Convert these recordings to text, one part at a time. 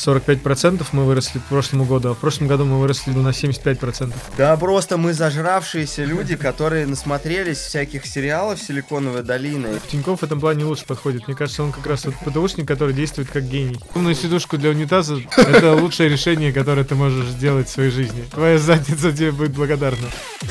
45% мы выросли к прошлому году, а в прошлом году мы выросли на 75%. Да просто мы зажравшиеся люди, которые насмотрелись всяких сериалов «Силиконовая долина». Тинькофф в этом плане лучше подходит. Мне кажется, он как раз вот ПТУшник, который действует как гений. Умную сидушку для унитаза — это лучшее решение, которое ты можешь сделать в своей жизни. Твоя задница тебе будет благодарна.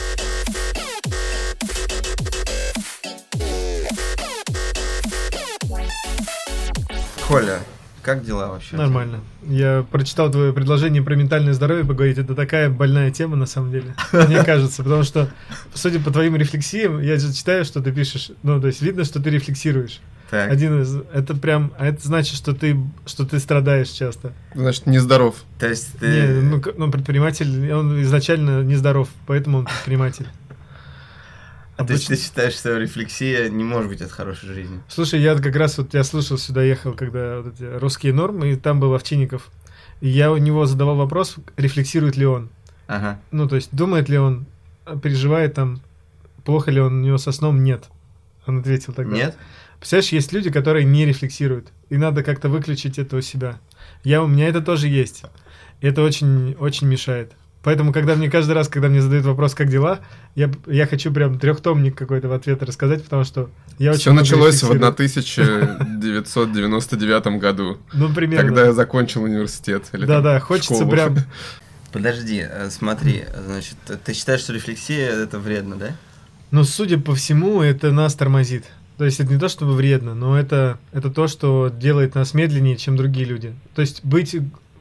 Коля, как дела вообще? Нормально. Я прочитал твое предложение про ментальное здоровье поговорить. Это такая больная тема, на самом деле. Мне кажется, потому что, судя по твоим рефлексиям, я же читаю, что ты пишешь. Ну, то есть видно, что ты рефлексируешь. Так. Это прям... А это значит, что ты страдаешь часто. Значит, нездоров. То есть ты... Не, предприниматель, он изначально нездоров, поэтому он предприниматель. То есть ты считаешь, что рефлексия не может быть от хорошей жизни? Слушай, я как раз я слушал, сюда ехал, когда вот эти русские нормы, и там был Овчинников. И я у него задавал вопрос, рефлексирует ли он. Ага. Ну, то есть, думает ли он, переживает там, плохо ли он у него со сном, нет. Он ответил тогда. Нет? Представляешь, есть люди, которые не рефлексируют, и надо как-то выключить это у себя. У меня это тоже есть. И это очень, очень мешает. Поэтому, когда каждый раз, когда мне задают вопрос, как дела, я хочу прям трехтомник какой-то в ответ рассказать, потому что я очень Все началось в 1999 году. Ну, примерно. Когда я закончил университет. Да, хочется школу. Прям... Подожди, смотри, значит, ты считаешь, что рефлексия это вредно, да? Ну, судя по всему, это нас тормозит. То есть это не то, чтобы вредно, но это то, что делает нас медленнее, чем другие люди. То есть быть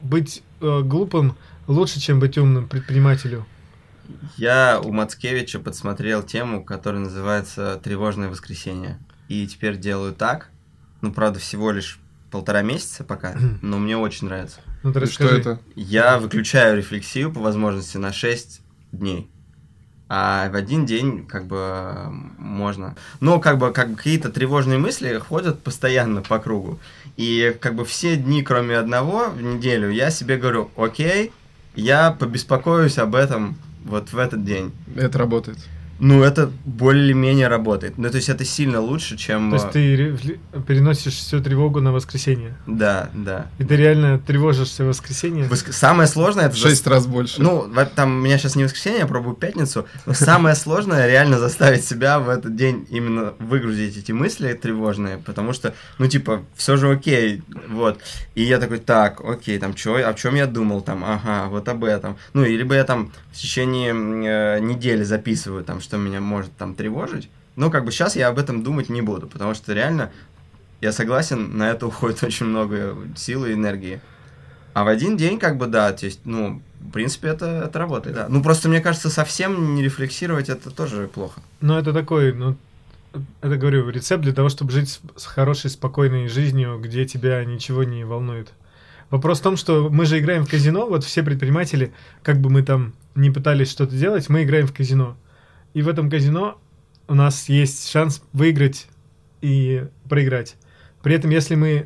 глупым лучше, чем быть умным предпринимателю. Я у Мацкевича подсмотрел тему, которая называется «Тревожное воскресенье». И теперь делаю так. Ну, правда, всего лишь 1,5 месяца пока, но мне очень нравится. Ну, ты что это? Я выключаю рефлексию по возможности на 6 дней. А в один день как бы можно. Но как бы какие-то тревожные мысли ходят постоянно по кругу. И как бы все дни, кроме одного, в неделю, я себе говорю: окей, я побеспокоюсь об этом вот в этот день. Это работает. Ну, это более-менее работает. Ну, то есть это сильно лучше, чем... То есть ты переносишь всю тревогу на воскресенье? Да. И ты реально тревожишься в воскресенье? Самое сложное... это 6 раз больше. Ну, там у меня сейчас не воскресенье, я пробую пятницу. Но самое сложное реально заставить себя в этот день именно выгрузить эти мысли тревожные, потому что, ну, типа, все же окей, вот. И я такой: так, окей, там, о чем я думал, там, ага, вот об этом. Ну, и либо я там в течение недели записываю, там, что меня может там тревожить. Но как бы сейчас я об этом думать не буду, потому что реально, я согласен, на это уходит очень много сил и энергии. А в один день как бы да, то есть, ну, в принципе, это работает, да. Ну, просто мне кажется, совсем не рефлексировать это тоже плохо. Ну, это такой, это, говорю, рецепт для того, чтобы жить с хорошей, спокойной жизнью, где тебя ничего не волнует. Вопрос в том, что мы же играем в казино, вот все предприниматели, как бы мы там не пытались что-то делать, мы играем в казино. И в этом казино у нас есть шанс выиграть и проиграть. При этом, если мы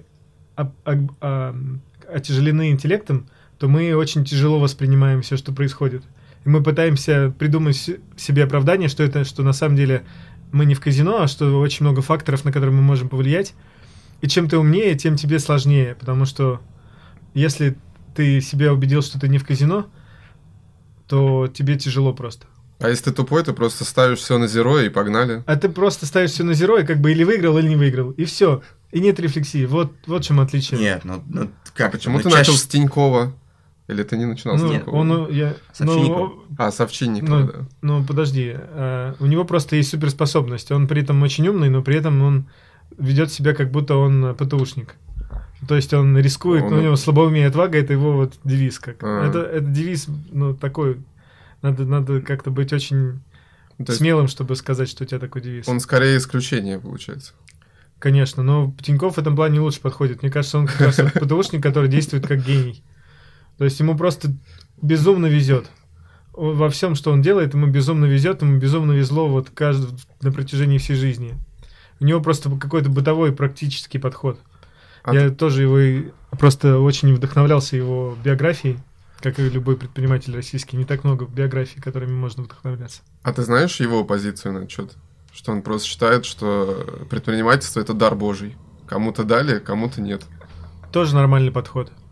отяжелены интеллектом, то мы очень тяжело воспринимаем все, что происходит. И мы пытаемся придумать себе оправдание, что на самом деле мы не в казино, а что очень много факторов, на которые мы можем повлиять. И чем ты умнее, тем тебе сложнее. Потому что если ты себя убедил, что ты не в казино, то тебе тяжело просто. А если ты тупой, ты просто ставишь все на зеро и погнали. А ты просто ставишь все на зеро и как бы или выиграл, или не выиграл. И все. И нет рефлексии. Вот в чем отличие. Нет, как? Почему ты начал с Тинькова? Или ты не начинал с Тинькова? С Овчинникова. С Овчинникова, да. Ну, подожди. У него просто есть суперспособность. Он при этом очень умный, но при этом он ведет себя, как будто он ПТУшник. То есть он рискует, у него слабоумие и отвага, это его вот девиз. Это девиз, такой... Надо как-то быть очень смелым, чтобы сказать, что у тебя такой девиз. Он скорее исключение, получается. Конечно, но Тинькофф в этом плане лучше подходит. Мне кажется, он как раз ПТУшник, который действует как гений. То есть ему просто безумно везет. Во всем, что он делает, ему безумно везет, ему безумно везло вот на протяжении всей жизни. У него просто какой-то бытовой практический подход. Я тоже просто очень вдохновлялся его биографией. Как и любой предприниматель российский, не так много биографий, которыми можно вдохновляться. А ты знаешь его позицию на счет? Что он просто считает, что предпринимательство — это дар Божий. Кому-то дали, кому-то нет. Тоже нормальный подход.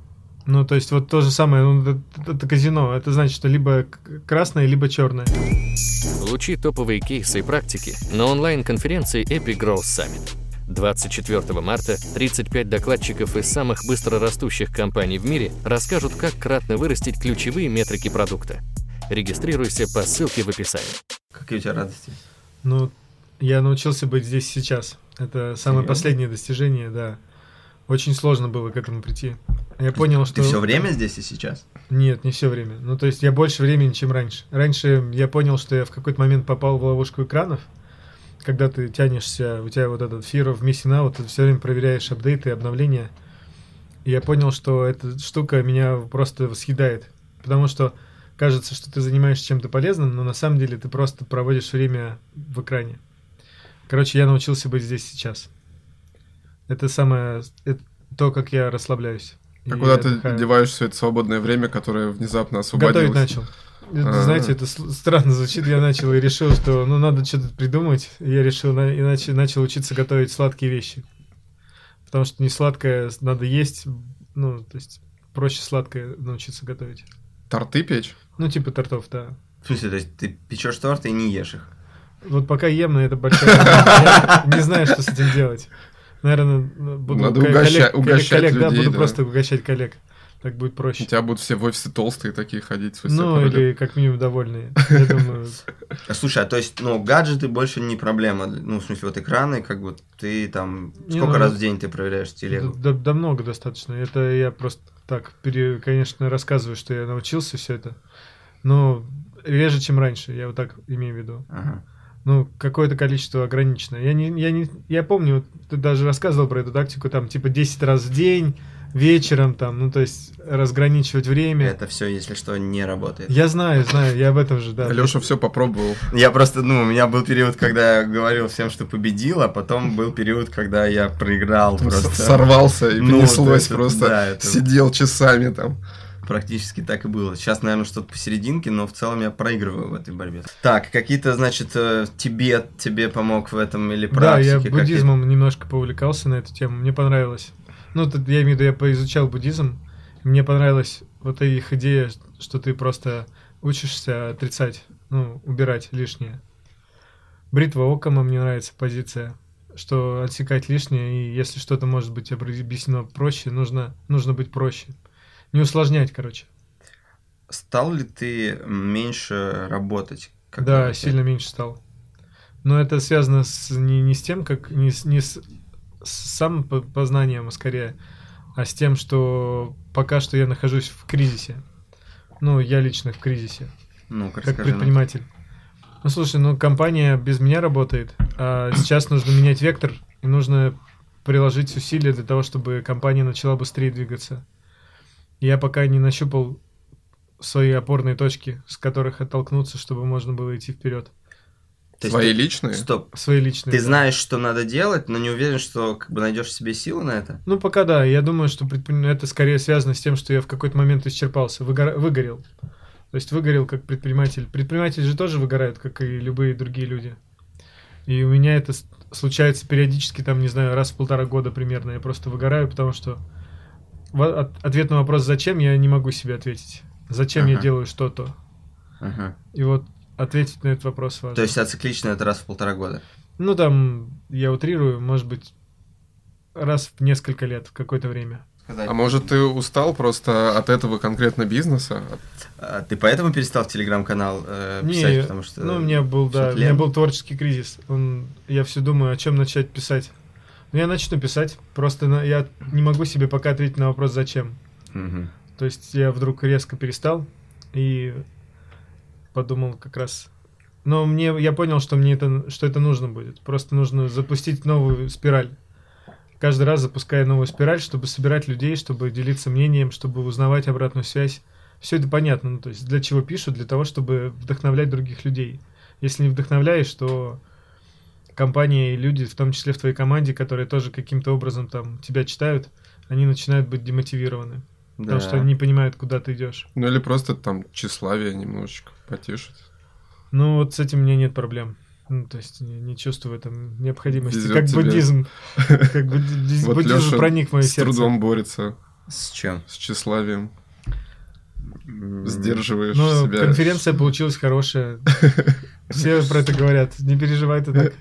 Ну, то есть вот то же самое, ну, это казино. Это значит, что либо красное, либо черное. Получи топовые кейсы и практики на онлайн-конференции Epic Growth Summit. 24 марта 35 докладчиков из самых быстрорастущих компаний в мире расскажут, как кратно вырастить ключевые метрики продукта. Регистрируйся по ссылке в описании. Какие у тебя радости? Ну, я научился быть здесь сейчас. Это самое последнее достижение, да. Очень сложно было к этому прийти. Я понял, что... Ты все время здесь и сейчас? Нет, не все время. Ну, то есть я больше времени, чем раньше. Раньше я понял, что я в какой-то момент попал в ловушку экранов, когда ты тянешься, у тебя вот этот fear of missing out, ты все время проверяешь апдейты, обновления. И я понял, что эта штука меня просто съедает. Потому что кажется, что ты занимаешься чем-то полезным, но на самом деле ты просто проводишь время в экране. Короче, я научился быть здесь сейчас. Это то, как я расслабляюсь. А куда ты деваешь все это свободное время, которое внезапно освободилось? Готовить начал. Знаете, это странно звучит. Я начал и решил, что надо что-то придумать. Я решил, иначе начал учиться готовить сладкие вещи. Потому что не сладкое надо есть. Ну, то есть проще сладкое научиться готовить. Торты печь? Ну, типа тортов, да. В смысле, то есть ты печешь торты и не ешь их? Вот пока ем, но это большая... Я не знаю, что с этим делать. Наверное, буду угощать людей, да, буду просто угощать коллег. Так будет проще. У тебя будут все в офисе толстые такие ходить. Ну, или как минимум довольные. Я думаю... Слушай, а то есть, гаджеты больше не проблема? Ну, в смысле, вот экраны, как бы, ты там... Сколько раз в день ты проверяешь телегу? Да много достаточно. Это я просто так, конечно, рассказываю, что я научился все это. Но реже, чем раньше, я вот так имею в виду. Ага. Ну, какое-то количество ограничено. Я помню, вот ты даже рассказывал про эту тактику, там, типа 10 раз в день, вечером, там, ну, то есть разграничивать время. Это все, если что, не работает. Я знаю, я об этом же, да. Алёша все попробовал. Я просто, у меня был период, когда я говорил всем, что победил, а потом был период, когда я проиграл просто. Сорвался и понеслось просто. Да, сидел часами там. Практически так и было. Сейчас, наверное, что-то посерединке, но в целом я проигрываю в этой борьбе. Так, какие-то, значит, тебе помог в этом или практики? Да, я буддизмом немножко поувлекался на эту тему, мне понравилось. Ну, я имею в виду, я поизучал буддизм, мне понравилась вот их идея, что ты просто учишься отрицать, убирать лишнее. Бритва Оккама, мне нравится позиция, что отсекать лишнее, и если что-то может быть объяснено проще, нужно быть проще. Не усложнять, короче. Стал ли ты меньше работать? Да, сильно меньше стал. Но это связано не с тем, не с самопознанием, скорее, а с тем, что пока что я нахожусь в кризисе. Ну, я лично в кризисе. Как предприниматель. Ну, слушай, компания без меня работает, а сейчас нужно менять вектор, и нужно приложить усилия для того, чтобы компания начала быстрее двигаться. Я пока не нащупал свои опорные точки, с которых оттолкнуться, чтобы можно было идти вперед. Свои личные? Стоп. Свои личные. Ты знаешь, что надо делать, но не уверен, что найдешь в себе силы на это? Ну, пока да. Я думаю, что это скорее связано с тем, что я в какой-то момент исчерпался, выгорел. То есть выгорел как предприниматель. Предприниматели же тоже выгорают, как и любые другие люди. И у меня это случается периодически, не знаю, раз в 1,5 года примерно. Я просто выгораю, потому что ответ на вопрос «зачем?» я не могу себе ответить. Зачем я делаю что-то? И вот ответить на этот вопрос важно. То есть ациклично это раз в 1,5 года? Ну, я утрирую, может быть, раз в несколько лет, в какое-то время. А может, ты устал просто от этого конкретно бизнеса? Ты поэтому перестал в Телеграм-канал писать? Потому что у меня был творческий кризис. Я все думаю, о чем начать писать. Я начну писать, просто я не могу себе пока ответить на вопрос «зачем?». То есть я вдруг резко перестал и подумал как раз... Но я понял, что это нужно будет. Просто нужно запустить новую спираль. Каждый раз запуская новую спираль, чтобы собирать людей, чтобы делиться мнением, чтобы узнавать обратную связь. Все это понятно. То есть для чего пишут? Для того, чтобы вдохновлять других людей. Если не вдохновляешь, то... компании и люди, в том числе в твоей команде, которые тоже каким-то образом тебя читают, они начинают быть демотивированы. Да. Потому что они не понимают, куда ты идешь. Ну или просто тщеславие немножечко потешит. Ну вот с этим у меня нет проблем. То есть не чувствую в этом необходимости. Везет как тебе. Буддизм. Как буддизм проник в мое сердце. С трудом борется. С чем? С тщеславием. Сдерживаешь Ну, себя. конференция получилась хорошая. Все про это говорят. Не переживай ты так.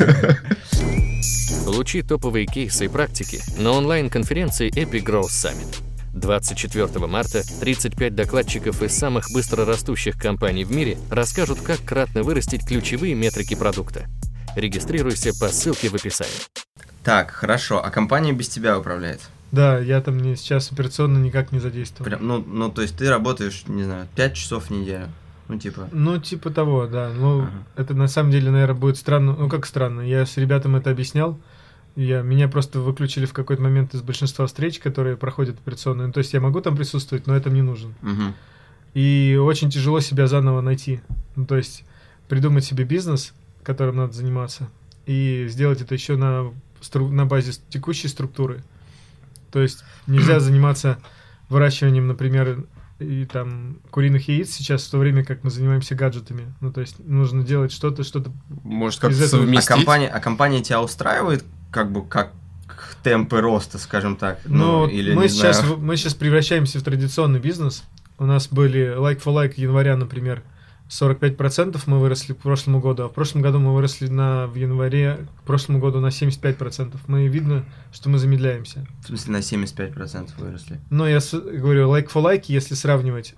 Получи топовые кейсы и практики на онлайн-конференции Epic Growth Summit. 24 марта 35 докладчиков из самых быстрорастущих компаний в мире расскажут, как кратно вырастить ключевые метрики продукта. Регистрируйся по ссылке в описании. Так, хорошо. А компания без тебя управляет? Да, я там сейчас операционно никак не задействован. Прям, ну, то есть ты работаешь, не знаю, 5 часов в неделю. Ну, типа. Ну, типа того, да. Ну, Ага. это на самом деле, наверное, будет странно. Ну, как странно. Я с ребятам это объяснял. Меня просто выключили в какой-то момент из большинства встреч, которые проходят операционные. Ну, то есть я могу там присутствовать, но это мне нужен. Мгм. И очень тяжело себя заново найти. Ну, то есть придумать себе бизнес, которым надо заниматься, и сделать это еще на базе текущей структуры. То есть нельзя заниматься выращиванием, например, и там куриных яиц сейчас, в то время как мы занимаемся гаджетами. Ну, то есть нужно делать что-то. Может, из как-то этого- совместить? А компания тебя устраивает, как бы, как темпы роста, скажем так? Но или мы не сейчас, знаю. мы сейчас превращаемся в традиционный бизнес. У нас были like-for-like января, например, 45% мы выросли к прошлому году, а в прошлом году мы выросли в январе к прошлому году на 75%. Мы видно, что мы замедляемся. В смысле, на 75% выросли. Но я говорю, like-for-like, если сравнивать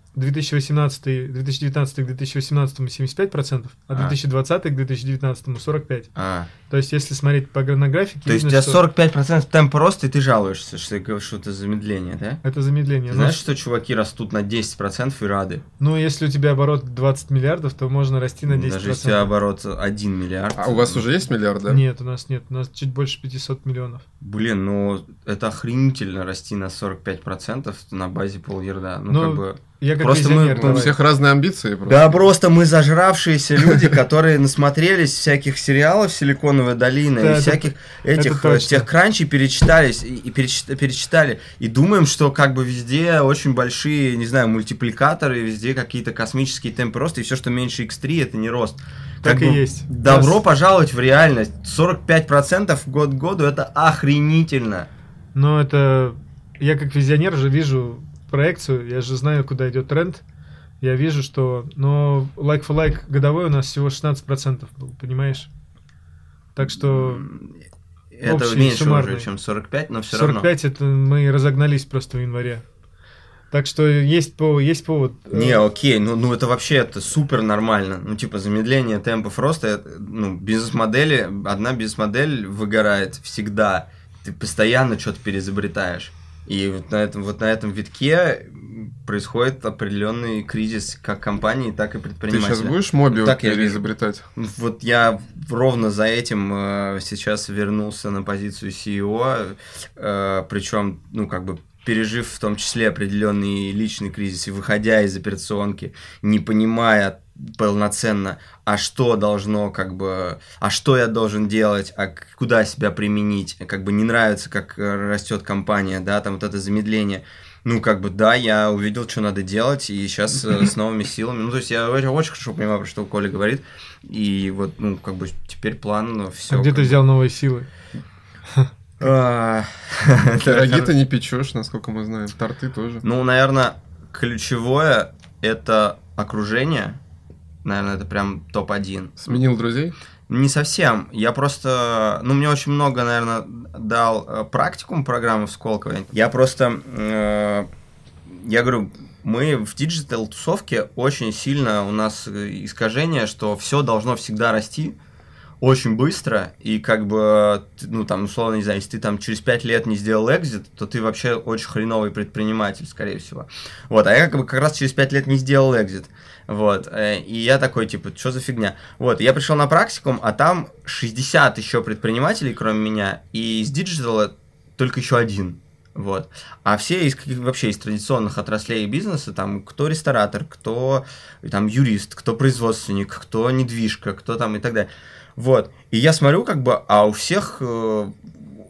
2019 к 2018 75%, а 2020 к 2019 45%. То есть, если смотреть по графике, То есть у видно, тебя что 45% темпа роста, и ты жалуешься, что это замедление, да? это замедление. Ты знаешь, что чуваки растут на 10% и рады? Ну, если у тебя оборот 20 миллиардов, то можно расти на 10%. Даже если у тебя оборот 1 миллиард. А у вас уже есть миллиард, да? Нет, у нас нет. У нас чуть больше 500 миллионов. Блин, ну это охренительно расти на 45% на базе полярда. Ну, Ну, как бы... Я как Просто визионер. У давай. всех разные амбиции просто. Да, просто мы зажравшиеся люди, которые насмотрелись всяких сериалов «Силиконовая долина» Да, и всяких этих точно. техкранчей перечитались и перечитали. И думаем, что как бы везде очень большие, не знаю, мультипликаторы, везде какие-то космические темпы роста, и все, что меньше x3, это не рост. Так Как и бы есть. Добро Раз. пожаловать в реальность. 45% год к году, это охренительно. Но это... Я как визионер же вижу проекцию, я же знаю, куда идет тренд. Я вижу, что... Но like-for-like годовой у нас всего 16% был, понимаешь? Так что Это общий, меньше суммарный. уже, чем 45, но все равно. 45 это мы разогнались просто в январе. Так что есть повод. Не, окей, ну это вообще это супер нормально. Ну, типа, замедление темпов роста, бизнес-модели, одна бизнес-модель выгорает всегда. Ты постоянно что-то переизобретаешь. И вот на этом витке происходит определенный кризис как компании, так и Ты предпринимателя. сейчас будешь Мобио Так я вижу. переизобретать? Вот я ровно за этим сейчас вернулся на позицию CEO, причем, пережив в том числе определенный личный кризис и выходя из операционки, не понимая полноценно, а что я должен делать, а куда себя применить, не нравится, как растет компания, да, там вот это замедление. Да, я увидел, что надо делать, и сейчас с новыми силами. То есть я очень хорошо понимаю, про что Коля говорит, и вот, теперь план, все. А где ты взял новые силы? Пироги ты не печешь, насколько мы знаем, торты тоже. Наверное, ключевое – это окружение. Наверное, это прям топ-1. Сменил друзей? Не совсем. Я просто... мне очень много, наверное, дал практикум программы в Сколково. Я просто... я говорю, мы в диджитал-тусовке очень сильно у нас искажение, что все должно всегда расти очень быстро, и условно, не знаю, если ты там через 5 лет не сделал экзит, то ты вообще очень хреновый предприниматель, скорее всего. Вот, а я как раз через 5 лет не сделал экзит. Вот, и я такой, что за фигня? Вот, я пришел на практикум, а там 60 еще предпринимателей, кроме меня, и из диджитала только еще один. Вот. А все вообще из традиционных отраслей бизнеса, там, кто ресторатор, кто там юрист, кто производственник, кто недвижка, кто там и так далее. Вот. И я смотрю, а у всех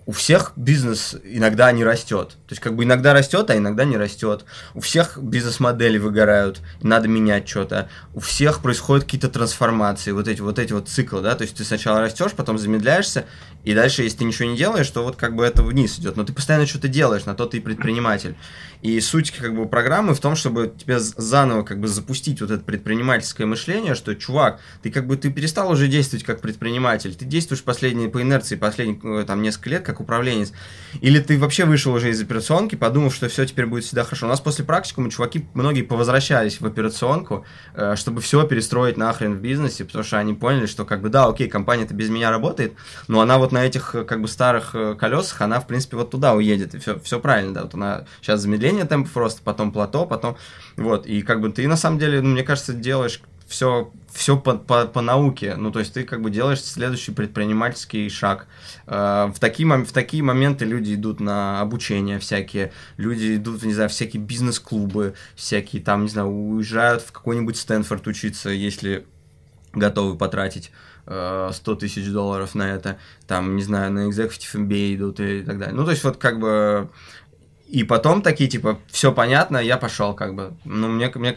у всех бизнес иногда не растет. То есть, как бы иногда растет, а иногда не растет. У всех бизнес-модели выгорают, надо менять что-то. У всех происходят какие-то трансформации, вот эти циклы, да. То есть, ты сначала растешь, потом замедляешься, и дальше, если ты ничего не делаешь, то вот как бы это вниз идет. Но ты постоянно что-то делаешь, на то ты и предприниматель. И суть как бы программы в том, чтобы тебе заново как бы запустить вот это предпринимательское мышление, что, чувак, ты перестал уже действовать как предприниматель, ты действуешь по инерции последние там несколько лет как управленец. Или ты вообще вышел уже из операционки, подумав, что все теперь будет всегда хорошо. У нас после практикума чуваки многие повозвращались в операционку, чтобы все перестроить нахрен в бизнесе, потому что они поняли, что как бы да, окей, компания-то без меня работает, но она вот на этих как бы старых колесах, она в принципе вот туда уедет, и все правильно, да, вот она сейчас замедление темпов роста, потом плато, потом вот, и как бы ты на самом деле, мне кажется, делаешь все по науке, ну, то есть ты как бы делаешь следующий предпринимательский шаг. В такие моменты люди идут на обучение всякие, люди идут, не знаю, всякие бизнес-клубы, всякие там, не знаю, уезжают в какой-нибудь Стэнфорд учиться, если готовы потратить $100 тысяч на это, там, не знаю, на Executive MBA идут и так далее. Ну, то есть вот как бы... И потом такие, типа, все понятно, я пошел, как бы. Ну,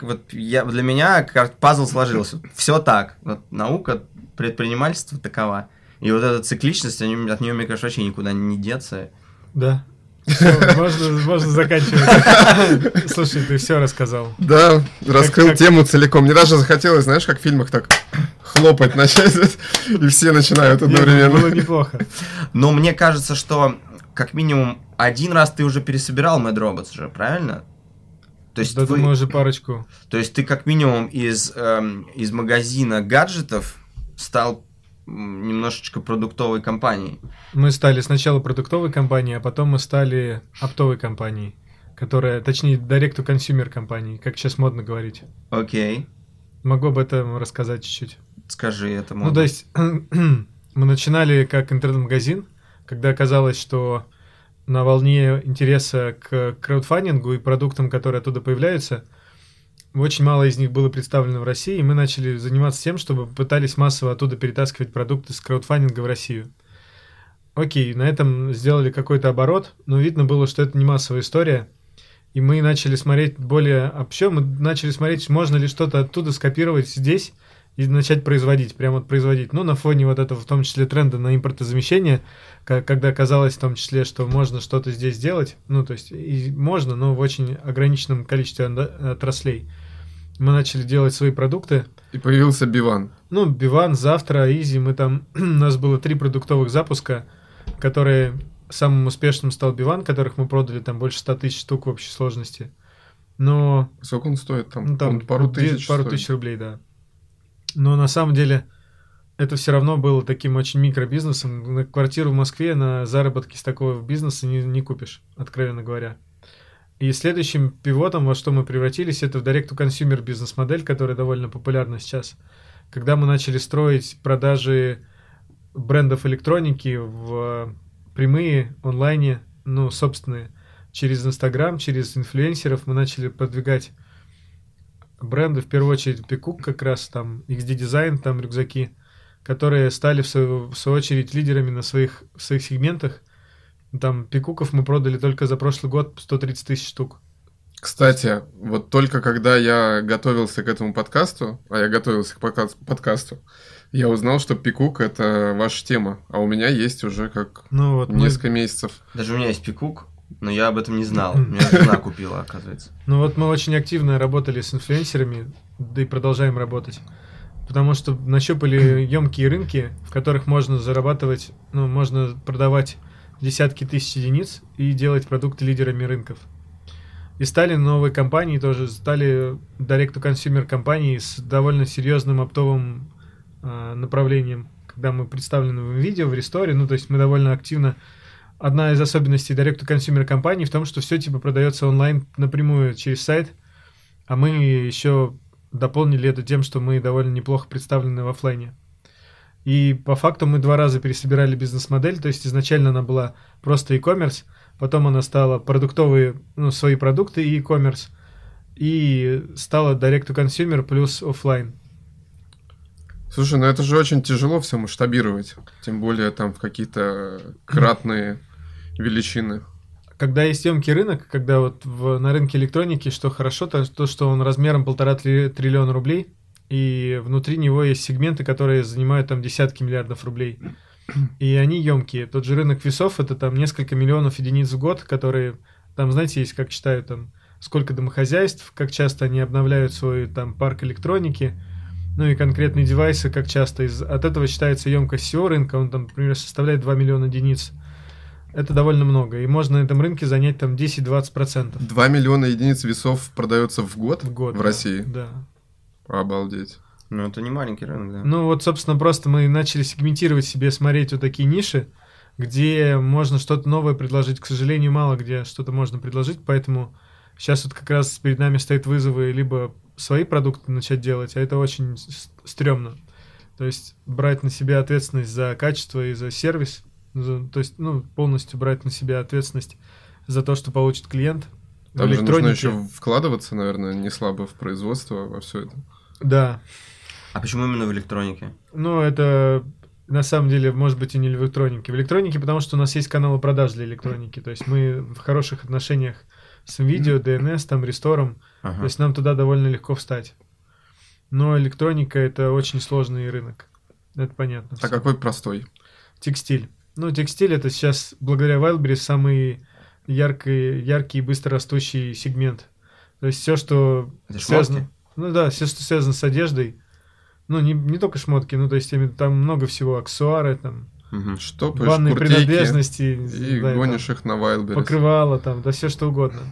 для меня пазл сложился. Все так. Вот, наука, предпринимательство такова. И вот эта цикличность, от нее, мне кажется, вообще никуда не деться. Да. Можно заканчивать. Слушай, ты все рассказал. Да, раскрыл тему целиком. Мне даже захотелось, знаешь, как в фильмах так хлопать начать, и все начинают одновременно. Было неплохо. Но мне кажется, что как минимум один раз ты уже пересобирал Mad Robots же, правильно? То есть да, думаю, уже парочку. То есть ты как минимум из магазина гаджетов стал немножечко продуктовой компанией. Мы стали сначала продуктовой компанией, а потом мы стали оптовой компанией, которая, точнее, direct-to-consumer компанией, как сейчас модно говорить. Окей. Могу об этом рассказать чуть-чуть. Скажи, это модно. Ну, то есть мы начинали как интернет-магазин, когда оказалось, что на волне интереса к краудфандингу и продуктам, которые оттуда появляются, очень мало из них было представлено в России, и мы начали заниматься тем, чтобы пытались массово оттуда перетаскивать продукты с краудфандинга в Россию. Окей, на этом сделали какой-то оборот, но видно было, что это не массовая история, и мы начали смотреть более общо, мы начали смотреть, можно ли что-то оттуда скопировать здесь и начать производить, прямо вот производить. Ну, на фоне вот этого, в том числе, тренда на импортозамещение, когда оказалось в том числе, что можно что-то здесь сделать, ну, то есть и можно, но в очень ограниченном количестве отраслей. Мы начали делать свои продукты. И появился Биван. Ну, Биван, Завтра, Изи, мы там... У нас было 3 продуктовых запуска, которые... Самым успешным стал Биван, которых мы продали там больше 100 тысяч штук в общей сложности. Но... Сколько он стоит там? Ну, там пару тысяч рублей, да. Но на самом деле это все равно было таким очень микробизнесом. На квартиру в Москве на заработки с такого бизнеса не купишь, откровенно говоря. И следующим пивотом, во что мы превратились, это в direct-to-consumer бизнес-модель, которая довольно популярна сейчас. Когда мы начали строить продажи брендов электроники в прямые, онлайне, ну, собственные, через Инстаграм, через инфлюенсеров мы начали продвигать бренды, в первую очередь Пикук как раз, там XD Design, там рюкзаки, которые стали в свою очередь лидерами на своих сегментах. Там Пикуков мы продали только за прошлый год 130 тысяч штук. Кстати, вот только когда я готовился к этому подкасту, подкасту, я узнал, что Пикук — это ваша тема, а у меня есть уже как несколько месяцев. Даже у меня есть Пикук, но я об этом не знал. Меня жена купила, оказывается. Ну вот мы очень активно работали с инфлюенсерами, да и продолжаем работать. Потому что нащупали емкие рынки, в которых можно зарабатывать, ну, можно продавать десятки тысяч единиц и делать продукты лидерами рынков. И стали новые компании тоже, стали direct-to-consumer компании с довольно серьезным оптовым направлением, когда мы представлены в видео, в ресторе, ну, то есть мы довольно активно. Одна из особенностей direct-to-consumer компаний в том, что все типа продается онлайн напрямую через сайт, а мы еще дополнили это тем, что мы довольно неплохо представлены в офлайне. И по факту мы 2 раза пересобирали бизнес-модель, то есть изначально она была просто e-commerce, потом она стала продуктовые, ну, свои продукты и e-commerce, и стала direct-to-consumer плюс офлайн. Слушай, ну это же очень тяжело все масштабировать, тем более там в какие-то кратные величины. Когда есть емкий рынок, когда вот на рынке электроники, что хорошо, то что он размером 1,5 триллиона рублей, и внутри него есть сегменты, которые занимают там десятки миллиардов рублей. И они емкие. Тот же рынок весов — это там несколько миллионов единиц в год, которые, там, знаете, есть, как считают, там, сколько домохозяйств, как часто они обновляют свой там парк электроники, ну и конкретные девайсы, как часто. От этого считается емкость всего рынка, он там, например, составляет 2 миллиона единиц. Это довольно много, и можно на этом рынке занять там 10-20%. 2 миллиона единиц весов продается в год в да, России? Да. Обалдеть. Ну, это не маленький рынок, да. Ну, вот, собственно, просто мы начали сегментировать себе, смотреть вот такие ниши, где можно что-то новое предложить. К сожалению, мало где что-то можно предложить, поэтому сейчас вот как раз перед нами стоят вызовы либо свои продукты начать делать, а это очень стрёмно. То есть брать на себя ответственность за качество и за сервис, то есть, ну, полностью брать на себя ответственность за то, что получит клиент. Там же нужно еще вкладываться, наверное, не слабо в производство, во все это. Да. А почему именно в электронике? Ну, это на самом деле, может быть, и не в электронике. В электронике, потому что у нас есть каналы продаж для электроники. То есть мы в хороших отношениях с NVIDIA, DNS, там, Restore. То есть нам туда довольно легко встать. Но электроника — это очень сложный рынок. Это понятно. А какой простой? Текстиль. Ну, текстиль — это сейчас, благодаря Wildberries, самый яркий и быстро растущий сегмент. То есть все, что связано... Ну да, все, что связано с одеждой. Ну, не только шмотки, ну, то есть там много всего, аксессуары, там, штопаешь, ванные куртейки, принадлежности. и да, гонишь их на Wildberries. Покрывало там, да все что угодно.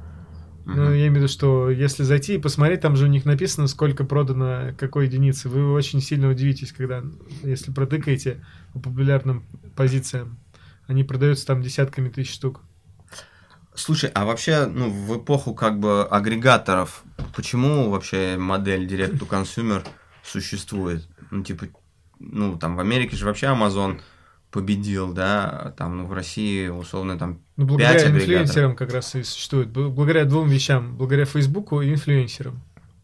Ну, я имею в виду, что если зайти и посмотреть, там же у них написано, сколько продано какой единицы. Вы очень сильно удивитесь, если протыкаете по популярным позициям. Они продаются там десятками тысяч штук. Слушай, а вообще, ну, в эпоху как бы агрегаторов, почему вообще модель Direct to Consumer существует? Ну, типа, ну, там в Америке же вообще Amazon победил, да, там, ну, в России, условно, там, 5 благодаря агрегаторов. Инфлюенсерам как раз и существует. Благодаря двум вещам. Благодаря Фейсбуку и инфлюенсерам.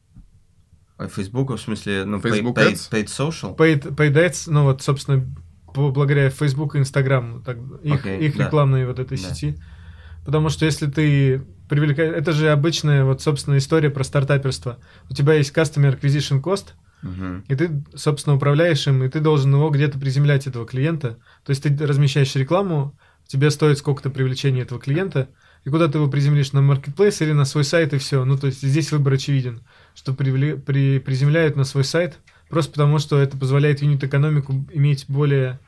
Фейсбуку, в смысле, ну, Facebook paid social? Paid Ads, ну, вот, собственно, благодаря Фейсбуку и Инстаграму, их рекламной вот этой сети. Потому что если ты привлекаешь... Это же обычная, вот, собственно, история про стартаперство. У тебя есть Customer Acquisition Cost, и ты, собственно, управляешь им, и ты должен его где-то приземлять, этого клиента. То есть ты размещаешь рекламу, тебе стоит сколько-то привлечения этого клиента, и куда ты его приземлишь, на Marketplace или на свой сайт, и все. Ну, то есть здесь выбор очевиден, что приземляют на свой сайт, просто потому что это позволяет юнит-экономику иметь более...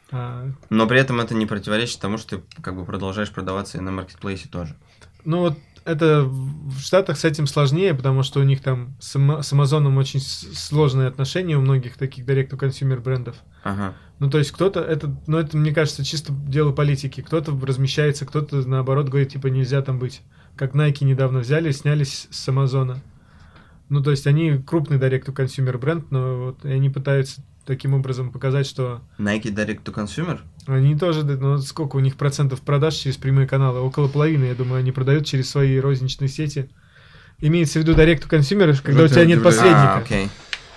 Но при этом это не противоречит тому, что ты как бы продолжаешь продаваться и на маркетплейсе тоже. Ну вот это в Штатах с этим сложнее, потому что у них там с Амазоном очень сложные отношения у многих таких direct-to-consumer брендов. Ну то есть кто-то, это, мне кажется, чисто дело политики. Кто-то размещается, кто-то наоборот говорит, типа нельзя там быть. Как Nike недавно взяли, снялись с Амазона. Ну то есть они крупный direct-to-consumer бренд, но вот они пытаются таким образом показать, что... Nike Direct to Consumer? Они тоже, ну сколько у них процентов продаж через прямые каналы? Около половины, я думаю, они продают через свои розничные сети. Имеется в виду Direct to Consumer, когда у тебя нет посредника. Окей.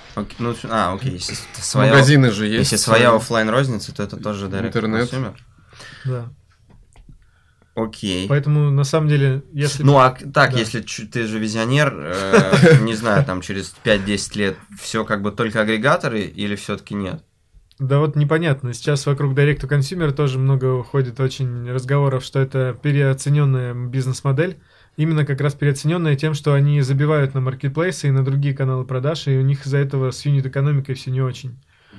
Если своя... Магазины же есть. Если своя офлайн розница, то это тоже Direct to Consumer. Да. Окей. Поэтому, на самом деле, если... Ну, если ты же визионер, не знаю, там через 5-10 лет все как бы только агрегаторы или все-таки нет? Да вот непонятно. Сейчас вокруг Direct to Consumer тоже много уходит очень разговоров, что это переоцененная бизнес-модель. Именно как раз переоцененная тем, что они забивают на маркетплейсы и на другие каналы продаж, и у них из-за этого с юнит-экономикой все не очень.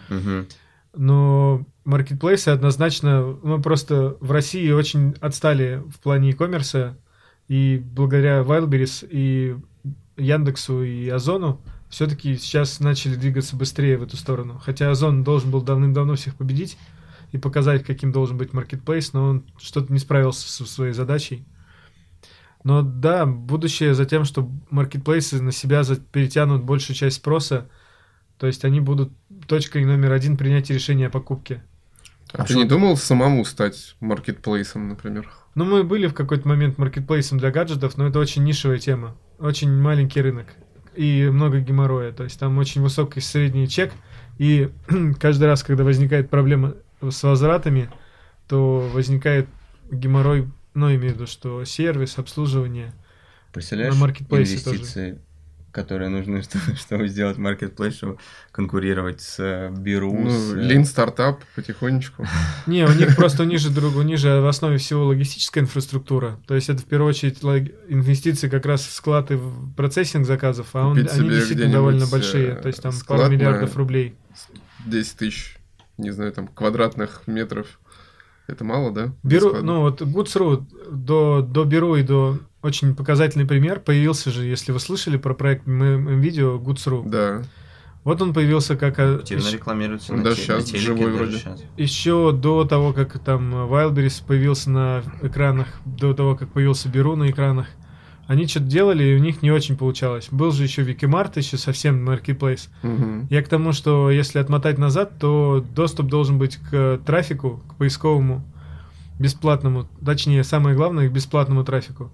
Но маркетплейсы однозначно, просто в России очень отстали в плане e-commerce, и благодаря Wildberries и Яндексу и Озону все-таки сейчас начали двигаться быстрее в эту сторону. Хотя Озон должен был давным-давно всех победить и показать, каким должен быть маркетплейс, но он что-то не справился со своей задачей. Но да, будущее за тем, что маркетплейсы на себя перетянут большую часть спроса, то есть они будут точкой номер 1 принятия решения о покупке. А ты не думал самому стать маркетплейсом, например? Ну, мы были в какой-то момент маркетплейсом для гаджетов, но это очень нишевая тема. Очень маленький рынок. И много геморроя. То есть там очень высокий средний чек. И каждый раз, когда возникает проблема с возвратами, то возникает геморрой, ну, имею в виду, что сервис, обслуживание. Представляешь, инвестиции, тоже, которые нужны, чтобы сделать маркетплейс, чтобы конкурировать с Беру. Ну, лин-стартап потихонечку. Не, у них просто, у них же в основе всего логистическая инфраструктура. То есть это в первую очередь инвестиции как раз в склад и в процессинг заказов, а они действительно довольно большие. То есть там пару миллиардов рублей. 10 тысяч, не знаю, там, квадратных метров. Это мало, да? Беру, ну вот Goods.ru до Беру и до... Очень показательный пример. Появился же, если вы слышали про проект видео Goods.ru. Да. Вот он появился как... Активно рекламируется. Он даже сейчас живой вроде. Еще до того, как там Wildberries появился на экранах, до того, как появился Беру на экранах, они что-то делали, и у них не очень получалось. Был же еще Викимарт, еще совсем Marketplace. Угу. Я к тому, что если отмотать назад, то доступ должен быть к трафику, к поисковому, бесплатному. Точнее, самое главное, к бесплатному трафику.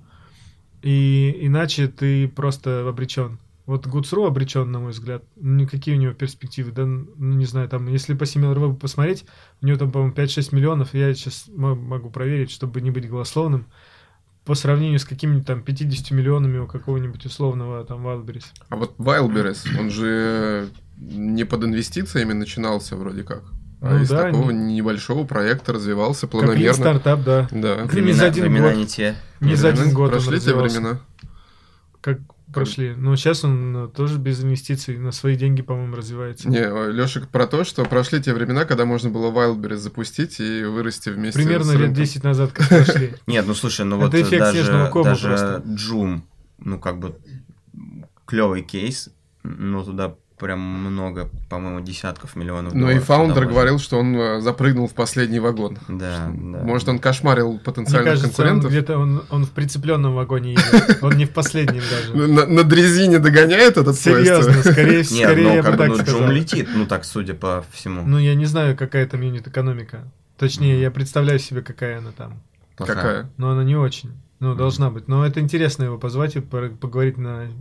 И иначе ты просто обречен. Вот Goods.ru обречен, на мой взгляд. Никакие у него перспективы. Да, ну, не знаю, там, если по Similarweb посмотреть, у него там, по-моему, 5-6 миллионов. Я сейчас могу проверить, чтобы не быть голословным. По сравнению с какими-нибудь там 50 миллионами у какого-нибудь условного там Wildberries. А вот Wildberries, он же не под инвестициями начинался вроде как. А из такого небольшого проекта развивался планомерно. Как стартап, да. Да. Времена не те. Не за один год прошли те времена. Как прошли. Но сейчас он тоже без инвестиций на свои деньги, по-моему, развивается. Не, Лёша, про то, что прошли те времена, когда можно было Wildberries запустить и вырасти вместе примерно с рынком. лет 10 назад как прошли. Нет, ну слушай, ну вот даже Joom, ну как бы клевый кейс, но туда прям много, по-моему, десятков миллионов долларов. Ну и фаундер говорил, что он запрыгнул в последний вагон. Да. Может, он кошмарил потенциальных конкурентов? Мне кажется, он в прицепленном вагоне едет. Он не в последнем даже. На дрезине догоняет этот поезд? Серьезно, скорее я бы так сказал. Joom летит, ну так, судя по всему. Ну, я не знаю, какая там юнит-экономика. Точнее, я представляю себе, какая она там. Какая? Но она не очень. Ну, должна быть. Но это интересно его позвать и поговорить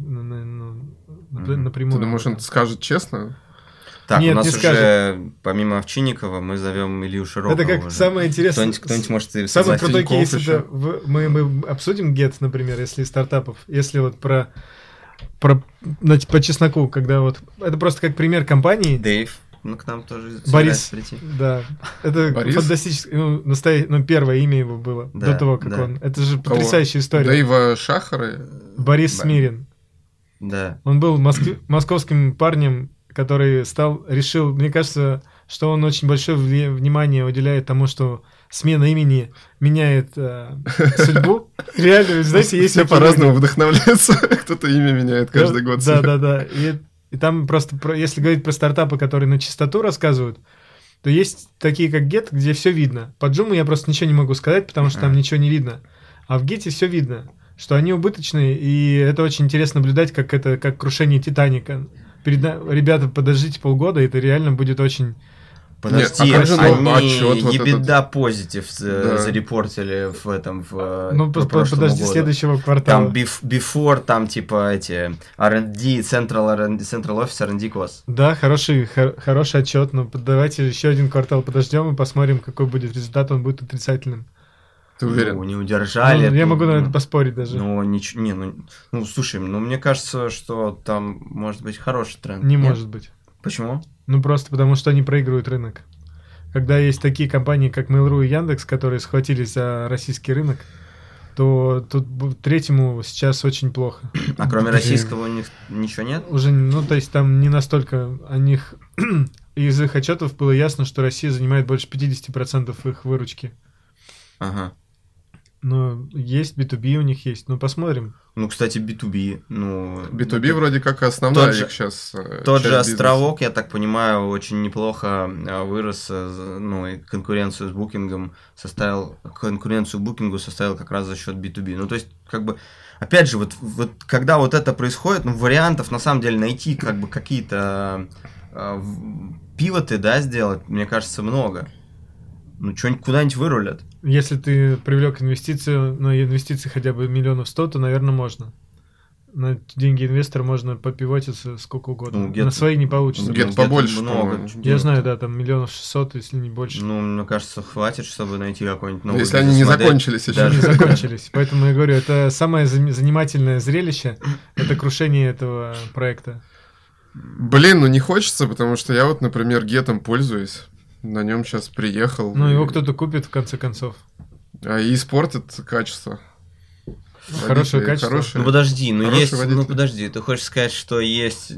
напрямую. Ты думаешь, он скажет честно? Так, нет, у нас уже, помимо Овчинникова, мы зовем Илью Широкова. Это как уже. Самое интересное. Кто-нибудь может и самый крутой кейс, это мы обсудим Get, например, если стартапов. Если вот по чесноку, когда вот... Это просто как пример компании. Дэйв. Ну, к нам тоже Борис, прийти. Да. Это фантастическое, первое имя его было, до того, как он. Это же потрясающая история. Дэйва Шахара? Борис Смирин. Да. Он был московским парнем, который решил, мне кажется, что он очень большое внимание уделяет тому, что смена имени меняет судьбу. Реально, знаете, есть... Все по-разному вдохновляются. Кто-то имя меняет каждый год. Да. И там просто, если говорить про стартапы, которые на чистоту рассказывают, то есть такие, как Get, где все видно. По Joom я просто ничего не могу сказать, потому что там ничего не видно. А в Get все видно, что они убыточные, и это очень интересно наблюдать, как крушение Титаника. Ребята, подождите полгода, это реально будет очень... Подожди, они ебеда позитив зарепортили в этом, ну, подожди следующего квартала. Там before, там типа эти R&D, Central Office R&D Cost. Да, хороший отчет, но давайте еще один квартал подождем и посмотрим, какой будет результат, он будет отрицательным. Ты уверен? Ну, не удержали. Я могу на это поспорить даже. Ну, слушай, мне кажется, что там может быть хороший тренд. Не может быть. Почему? Ну, просто потому, что они проигрывают рынок. Когда есть такие компании, как Mail.ru и Яндекс, которые схватились за российский рынок, то тут третьему сейчас очень плохо. А кроме российского у них ничего нет? Уже, ну, то есть там не настолько о них... Из их отчетов было ясно, что Россия занимает больше 50% их выручки. Ага. Ну, есть B2B у них есть, ну, посмотрим. Ну, кстати, B2B, B2B вроде как основная их сейчас... Тот же Островок, я так понимаю, очень неплохо вырос, и конкуренцию с Букингом конкуренцию Букингу составил как раз за счет B2B. Ну, то есть, как бы, опять же, вот когда вот это происходит, вариантов, на самом деле, найти, как бы, какие-то пивоты, да, сделать, мне кажется, много. Ну, что-нибудь куда-нибудь вырулят. Если ты привлек инвестиции хотя бы 100 000, то, наверное, можно. На деньги инвестора можно попивотиться сколько угодно. Ну, на свои не получится. Где-то побольше, много. Я знаю, да, там 600 000, если не больше. Ну, мне кажется, хватит, чтобы найти какой-нибудь новый если они не закончились еще. Даже не закончились. Поэтому я говорю, это самое занимательное зрелище, это крушение этого проекта. Блин, ну не хочется, потому что я вот, например, гетом пользуюсь. На нем сейчас приехал. Ну, его кто-то купит, в конце концов. И испортит качество. Хорошее качество. Ну подожди, подожди, ты хочешь сказать, что есть,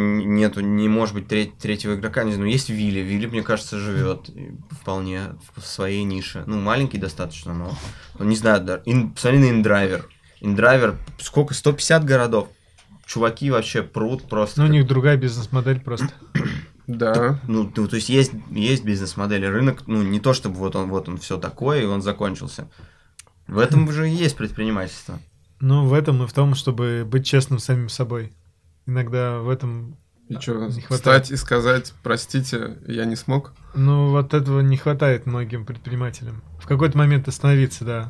не может быть третьего игрока, не знаю, есть Вилли. Вилли, мне кажется, живет вполне в своей нише. Ну, маленький достаточно, но не знаю, посмотри на InDriver. InDriver, сколько, 150 городов. Чуваки вообще прут просто. Ну, у них другая бизнес-модель просто. Да. Ну, то есть есть бизнес-модели, рынок, ну, не то чтобы вот он все такое, и он закончился. В этом же и есть предпринимательство. Ну, в этом и в том, чтобы быть честным с самим собой. Иногда в этом и что, не хватает. Встать и сказать, простите, я не смог? Ну, вот этого не хватает многим предпринимателям. В какой-то момент остановиться, да.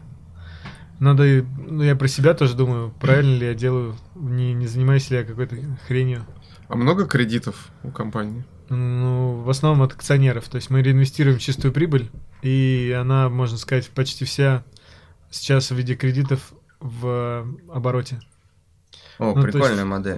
Надо, ну, я про себя тоже думаю, правильно ли я делаю, не занимаюсь ли я какой-то хренью. А много кредитов у компании? Ну, в основном от акционеров. То есть мы реинвестируем чистую прибыль, и она, можно сказать, почти вся сейчас в виде кредитов в обороте. О, ну, прикольная модель.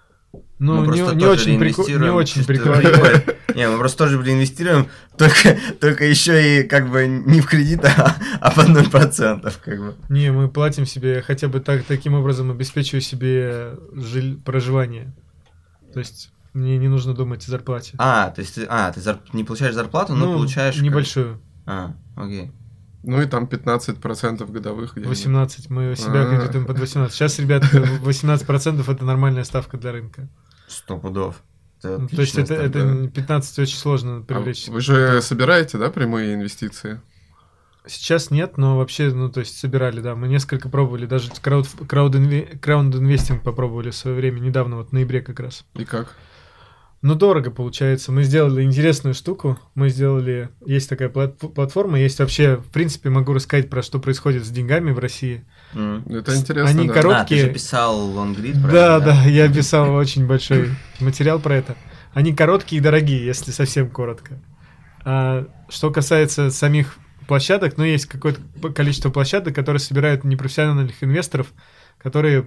Ну, не очень прикольно. Не, мы просто тоже инвестируем, только еще и как бы не в кредит, а под 0%. Как бы. Не, мы платим себе, хотя бы таким образом обеспечиваю себе проживание. То есть мне не нужно думать о зарплате. То есть ты не получаешь зарплату, но получаешь... Небольшую. Окей. Ну и там 15% годовых. 18. Мы себя кредитуем под 18. Сейчас, ребята, 18% это нормальная ставка для рынка. 100 пудов. То есть это 15 очень сложно привлечь. Вы же собираете, да, прямые инвестиции? Сейчас нет, но вообще, ну, то есть собирали, да. Мы несколько пробовали, даже краунд-инвестинг попробовали в свое время, недавно, вот в ноябре как раз. И как? Ну, дорого получается. Мы сделали интересную штуку. Есть такая платформа, есть вообще, в принципе, могу рассказать про что происходит с деньгами в России. Это интересно, Они короткие. Ты же писал лонгрид про это, да? Да, я писал очень большой материал про это. Они короткие и дорогие, если совсем коротко. А что касается самих площадок, ну, есть какое-то количество площадок, которые собирают непрофессиональных инвесторов, которые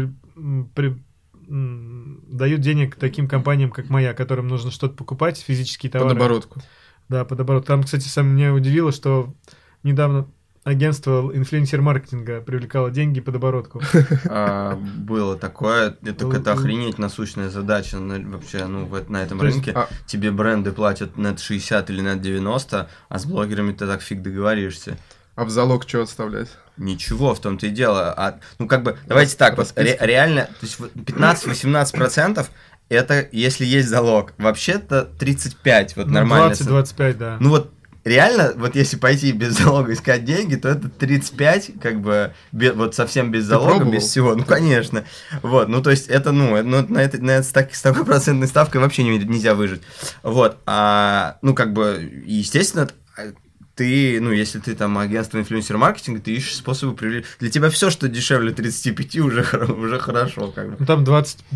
дают денег таким компаниям, как моя, которым нужно что-то покупать, физические товары. Под оборотку. Да, под оборотку. Там, кстати, меня удивило, что недавно агентство инфлюенсер-маркетинга привлекало деньги под оборотку. Было такое. Это охренеть насущная задача вообще на этом рынке. Тебе бренды платят net 60 или net 90, а с блогерами ты так фиг договоришься. А в залог что отставлять? Ничего, в том-то и дело. Давайте так, вот реально, то есть 15-18% это если есть залог. Вообще-то 35, вот нормально. 20-25, да. Ну вот реально, вот если пойти без залога искать деньги, то это 35, как бы, вот совсем без залога, без всего. Ну, конечно. Вот, ну, то есть это, с такой процентной ставкой вообще нельзя выжить. Вот, естественно, ты, если ты там агентство инфлюенсер-маркетинга, ты ищешь способы привлечь. Для тебя все, что дешевле 35, уже хорошо. Как бы. Ну, там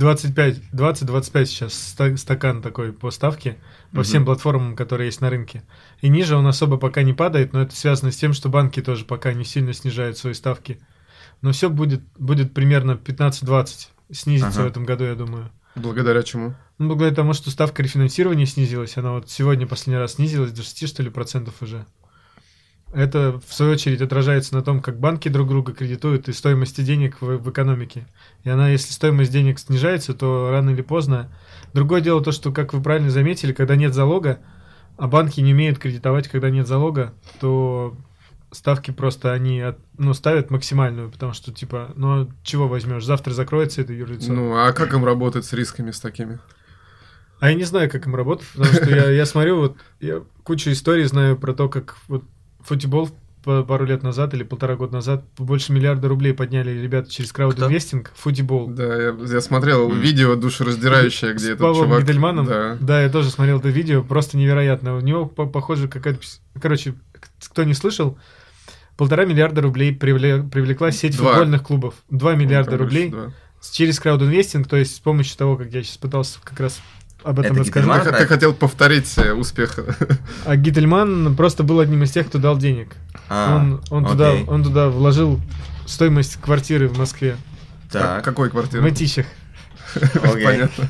20-25 сейчас стакан такой по ставке, по всем платформам, которые есть на рынке. И ниже он особо пока не падает, но это связано с тем, что банки тоже пока не сильно снижают свои ставки. Но все будет примерно 15-20 снизится в этом году, я думаю. Благодаря чему? Ну, благодаря тому, что ставка рефинансирования снизилась. Она вот сегодня последний раз снизилась до 6, что ли, процентов уже. Это, в свою очередь, отражается на том, как банки друг друга кредитуют и стоимости денег в экономике. И если стоимость денег снижается, то рано или поздно... Другое дело то, что, как вы правильно заметили, когда нет залога, а банки не умеют кредитовать, когда нет залога, то ставки просто они ставят максимальную, потому что, чего возьмешь? Завтра закроется это юрлицо. Ну, а как им работать с рисками с такими? А я не знаю, как им работать, потому что я смотрю, я кучу историй знаю про то, как футбол пару лет назад или 1,5 года назад больше $1 миллиарда рублей подняли ребята через крауд-инвестинг. Футбол. Да, я смотрел видео душераздирающее, где этот чувак... С Павлом Гидельманом. Да, я тоже смотрел это видео, просто невероятно. У него, похоже, какая-то... Короче, кто не слышал, 1,5 миллиарда рублей привлекла сеть футбольных клубов. 2 миллиарда рублей через краудинвестинг, то есть с помощью того, как я сейчас пытался как раз об этом рассказать. Ты хотел повторить успех. А Гительман просто был одним из тех, кто дал денег. Он туда вложил стоимость квартиры в Москве. Так. Какой квартиры? В Мытищах. Понятно.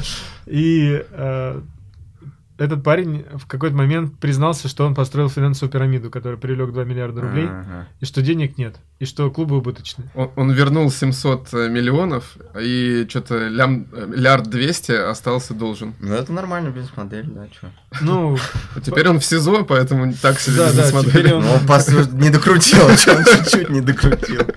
И этот парень в какой-то момент признался, что он построил финансовую пирамиду, которая привлек 2 миллиарда рублей, и что денег нет, и что клубы убыточны. Он вернул 700 миллионов, и что-то 1 200 000 остался должен. Ну, это нормальная бизнес-модель, да, что? Ну, теперь он в СИЗО, поэтому так себе бизнес-модель. Он не докрутил, он чуть-чуть не докрутил.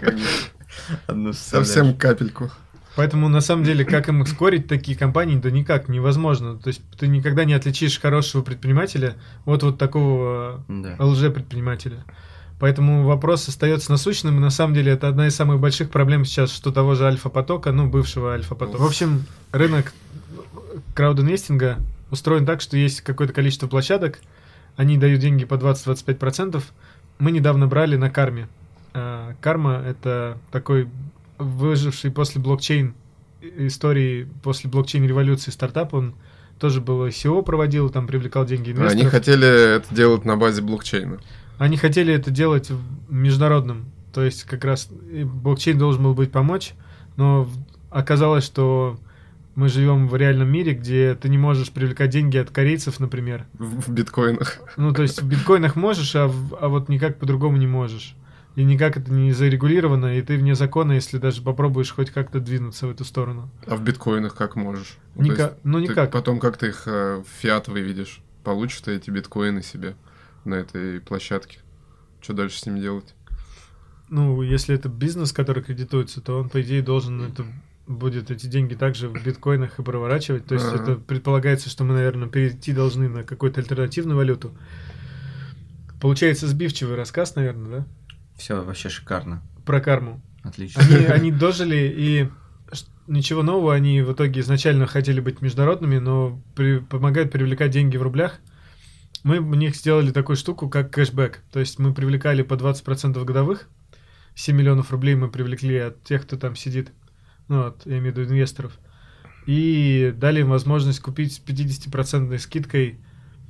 Совсем капельку. Поэтому, на самом деле, как им ускорить такие компании, да никак, невозможно. То есть ты никогда не отличишь хорошего предпринимателя от вот такого лжепредпринимателя. Поэтому вопрос остается насущным, и на самом деле это одна из самых больших проблем сейчас, что того же Альфа-потока, бывшего Альфа-потока. В общем, рынок краудинвестинга устроен так, что есть какое-то количество площадок, они дают деньги по 20-25%. Мы недавно брали на Карме. Карма — это такой выживший после блокчейн истории, после блокчейн-революции стартап, он тоже был ICO проводил, там привлекал деньги инвесторов. Они хотели это делать на базе блокчейна. Они хотели это делать международным, то есть как раз блокчейн должен был быть помочь, но оказалось, что мы живем в реальном мире, где ты не можешь привлекать деньги от корейцев, например. В биткоинах. То есть в биткоинах можешь, а вот никак по-другому не можешь. И никак это не зарегулировано, и ты вне закона, если даже попробуешь хоть как-то двинуться в эту сторону. А в биткоинах как можешь? Никак. Потом как ты их в фиат выведешь? Получишь ты эти биткоины себе на этой площадке? Что дальше с ними делать? Если это бизнес, который кредитуется, то он, по идее, должен будет эти деньги также в биткоинах и проворачивать. То есть это предполагается, что мы, наверное, перейти должны на какую-то альтернативную валюту. Получается сбивчивый рассказ, наверное, да? Все вообще шикарно. Про карму. Отлично. Они дожили, и ничего нового, они в итоге изначально хотели быть международными, но помогают привлекать деньги в рублях. Мы в них сделали такую штуку, как кэшбэк. То есть мы привлекали по 20% годовых. 7 миллионов рублей мы привлекли от тех, кто там сидит. Я имею в виду инвесторов. И дали им возможность купить с 50% скидкой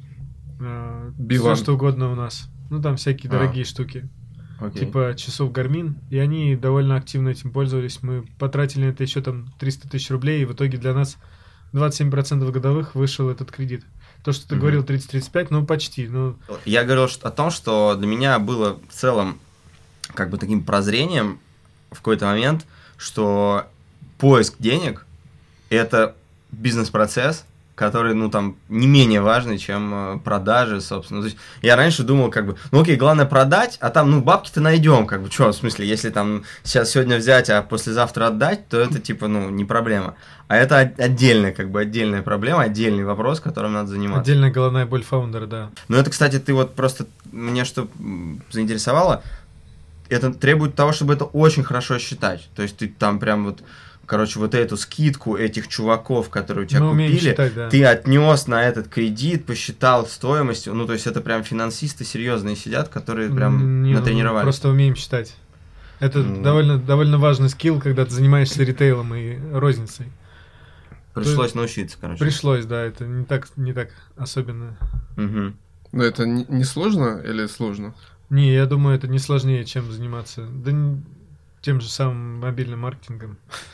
все, что угодно у нас. Там всякие дорогие штуки. Типа часов Garmin, и они довольно активно этим пользовались. Мы потратили на это еще 300 000 рублей, и в итоге для нас 27% годовых вышел этот кредит. То, что ты говорил, 30-35, почти. Я говорил о том, что для меня было в целом как бы таким прозрением в какой-то момент, что поиск денег – это бизнес-процесс, который, не менее важный, чем продажи, собственно. То есть я раньше думал, окей, главное продать, а там, бабки-то найдем, в смысле, если там сегодня взять, а послезавтра отдать, то это, не проблема. А это отдельная проблема, отдельный вопрос, которым надо заниматься. Отдельная головная боль фаундера, да. Это, кстати, ты просто, мне что заинтересовало, это требует того, чтобы это очень хорошо считать. То есть ты там прям эту скидку этих чуваков, которые у тебя купили, считать, да. Ты отнес на этот кредит, посчитал стоимость. То есть это прям финансисты серьезные сидят, которые прям натренировались. Просто умеем считать. Это довольно важный скилл, когда ты занимаешься ритейлом и розницей. Пришлось научиться, Пришлось, да, это не так особенно. Угу. Но это не сложно или сложно? Не, я думаю, это не сложнее, чем заниматься. Тем же самым мобильным маркетингом.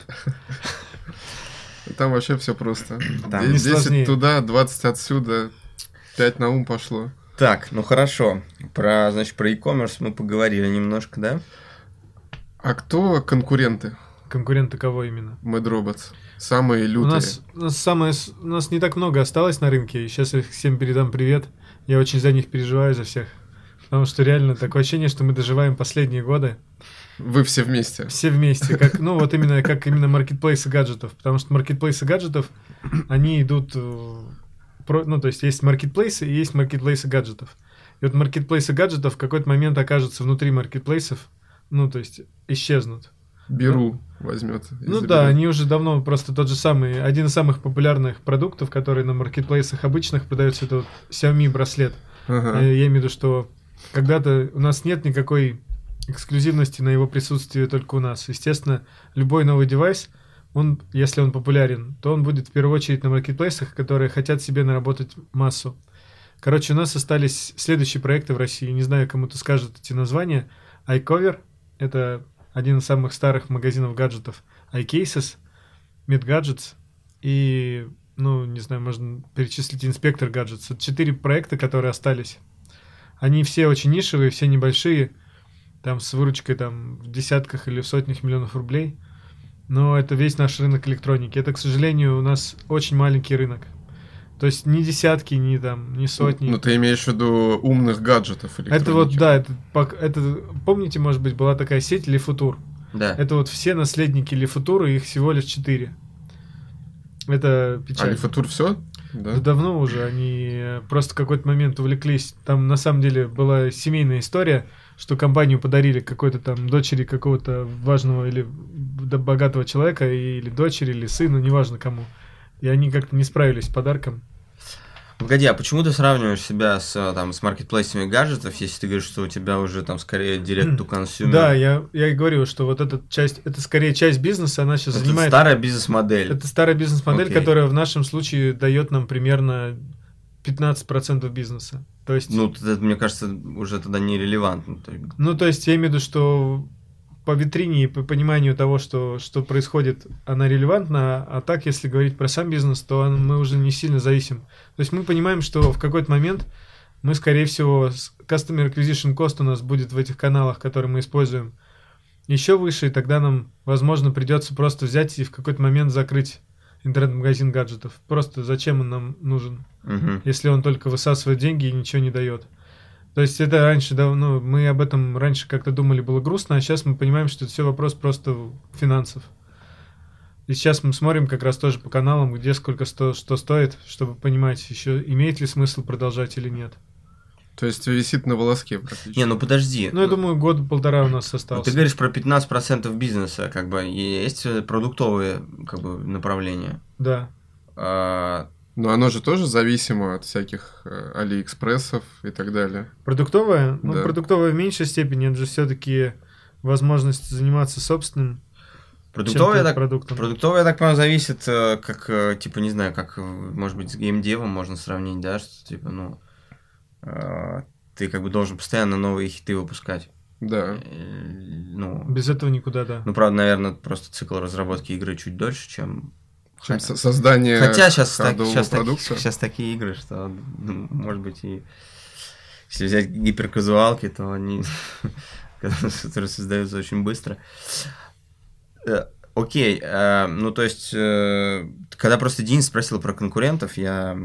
Там вообще все просто. 10 10 туда, 20 отсюда, 5 на ум пошло. Так, хорошо. Про e-commerce мы поговорили немножко, да? А кто конкуренты? Конкуренты кого именно? Mad Robots. Самые лютые. У нас не так много осталось на рынке, и сейчас я всем передам привет. Я очень за них переживаю, за всех. Потому что реально такое ощущение, что мы доживаем последние годы. Вы все вместе. Все вместе. Именно маркетплейсы гаджетов. Потому что маркетплейсы гаджетов, они идут... то есть маркетплейсы и есть маркетплейсы гаджетов. И маркетплейсы гаджетов в какой-то момент окажутся внутри маркетплейсов, то есть исчезнут. Беру возьмет. Они уже давно просто тот же самый, один из самых популярных продуктов, который на маркетплейсах обычных продается, это Xiaomi браслет. Ага. Я имею в виду, что когда-то у нас нет никакой эксклюзивности на его присутствие только у нас. Естественно, любой новый девайс если он популярен, то он будет в первую очередь на маркетплейсах, которые хотят себе наработать массу. Короче, у нас остались следующие проекты в России. Не знаю, кому-то скажут эти названия. iCover — это один из самых старых магазинов гаджетов. iCases, MedGadgets и, не знаю, можно перечислить Inspector Gadgets. Это 4 проекта, которые остались. Они все очень нишевые, все небольшие, там с выручкой там, в десятках или в сотнях миллионов рублей. Но это весь наш рынок электроники. Это, к сожалению, у нас очень маленький рынок. То есть ни десятки, ни сотни. Ну, ты имеешь в виду умных гаджетов электроники? Это вот, да, это помните, может быть, была такая сеть LeFutur? Да. Это вот все наследники LeFutur, их всего лишь 4. Это печально. А LeFutur все? Да давно уже. Они просто в какой-то момент увлеклись. Там на самом деле была семейная история, что компанию подарили какой-то там дочери какого-то важного или богатого человека, или дочери, или сыну, неважно кому. И они как-то не справились с подарком. Погоди, а почему ты сравниваешь себя с маркетплейсами гаджетов, если ты говоришь, что у тебя уже там скорее direct to consumer? Да, я и говорю, что вот эта часть, это скорее часть бизнеса, она сейчас занимает... Это старая бизнес-модель. Это старая бизнес-модель, которая в нашем случае дает нам примерно 15% бизнеса. То есть... Ну, это, мне кажется, уже тогда нерелевантно. Ну, то есть я имею в виду, что по витрине и по пониманию того, что происходит, она релевантна, а так, если говорить про сам бизнес, то мы уже не сильно зависим. То есть мы понимаем, что в какой-то момент мы, скорее всего, Customer Acquisition Cost у нас будет в этих каналах, которые мы используем, еще выше, и тогда нам, возможно, придется просто взять и в какой-то момент закрыть интернет-магазин гаджетов. Просто зачем он нам нужен, если он только высасывает деньги и ничего не дает. То есть это раньше, мы об этом раньше как-то думали, было грустно, а сейчас мы понимаем, что это все вопрос просто финансов. И сейчас мы смотрим как раз тоже по каналам, где сколько что стоит, чтобы понимать, еще имеет ли смысл продолжать или нет. То есть висит на волоске практически. Не, подожди. Я думаю, год-полтора у нас остался. Ты говоришь про 15% бизнеса, и есть продуктовые направления. Да. Но оно же тоже зависимо от всяких Алиэкспрессов и так далее. Продуктовое? Да. Продуктовое в меньшей степени, это же все-таки возможность заниматься собственным продуктом. Продуктовое, я так понимаю, зависит, не знаю, как, может быть, с геймдевом можно сравнить, да, что, ты должен постоянно новые хиты выпускать. Да. Без этого никуда, да. Правда, наверное, просто цикл разработки игры чуть дольше, чем создание продукта. Сейчас такие игры, что, может быть, и если взять гиперказуалки, то они которые создаются очень быстро. Окей, то есть, когда просто Денис спросил про конкурентов,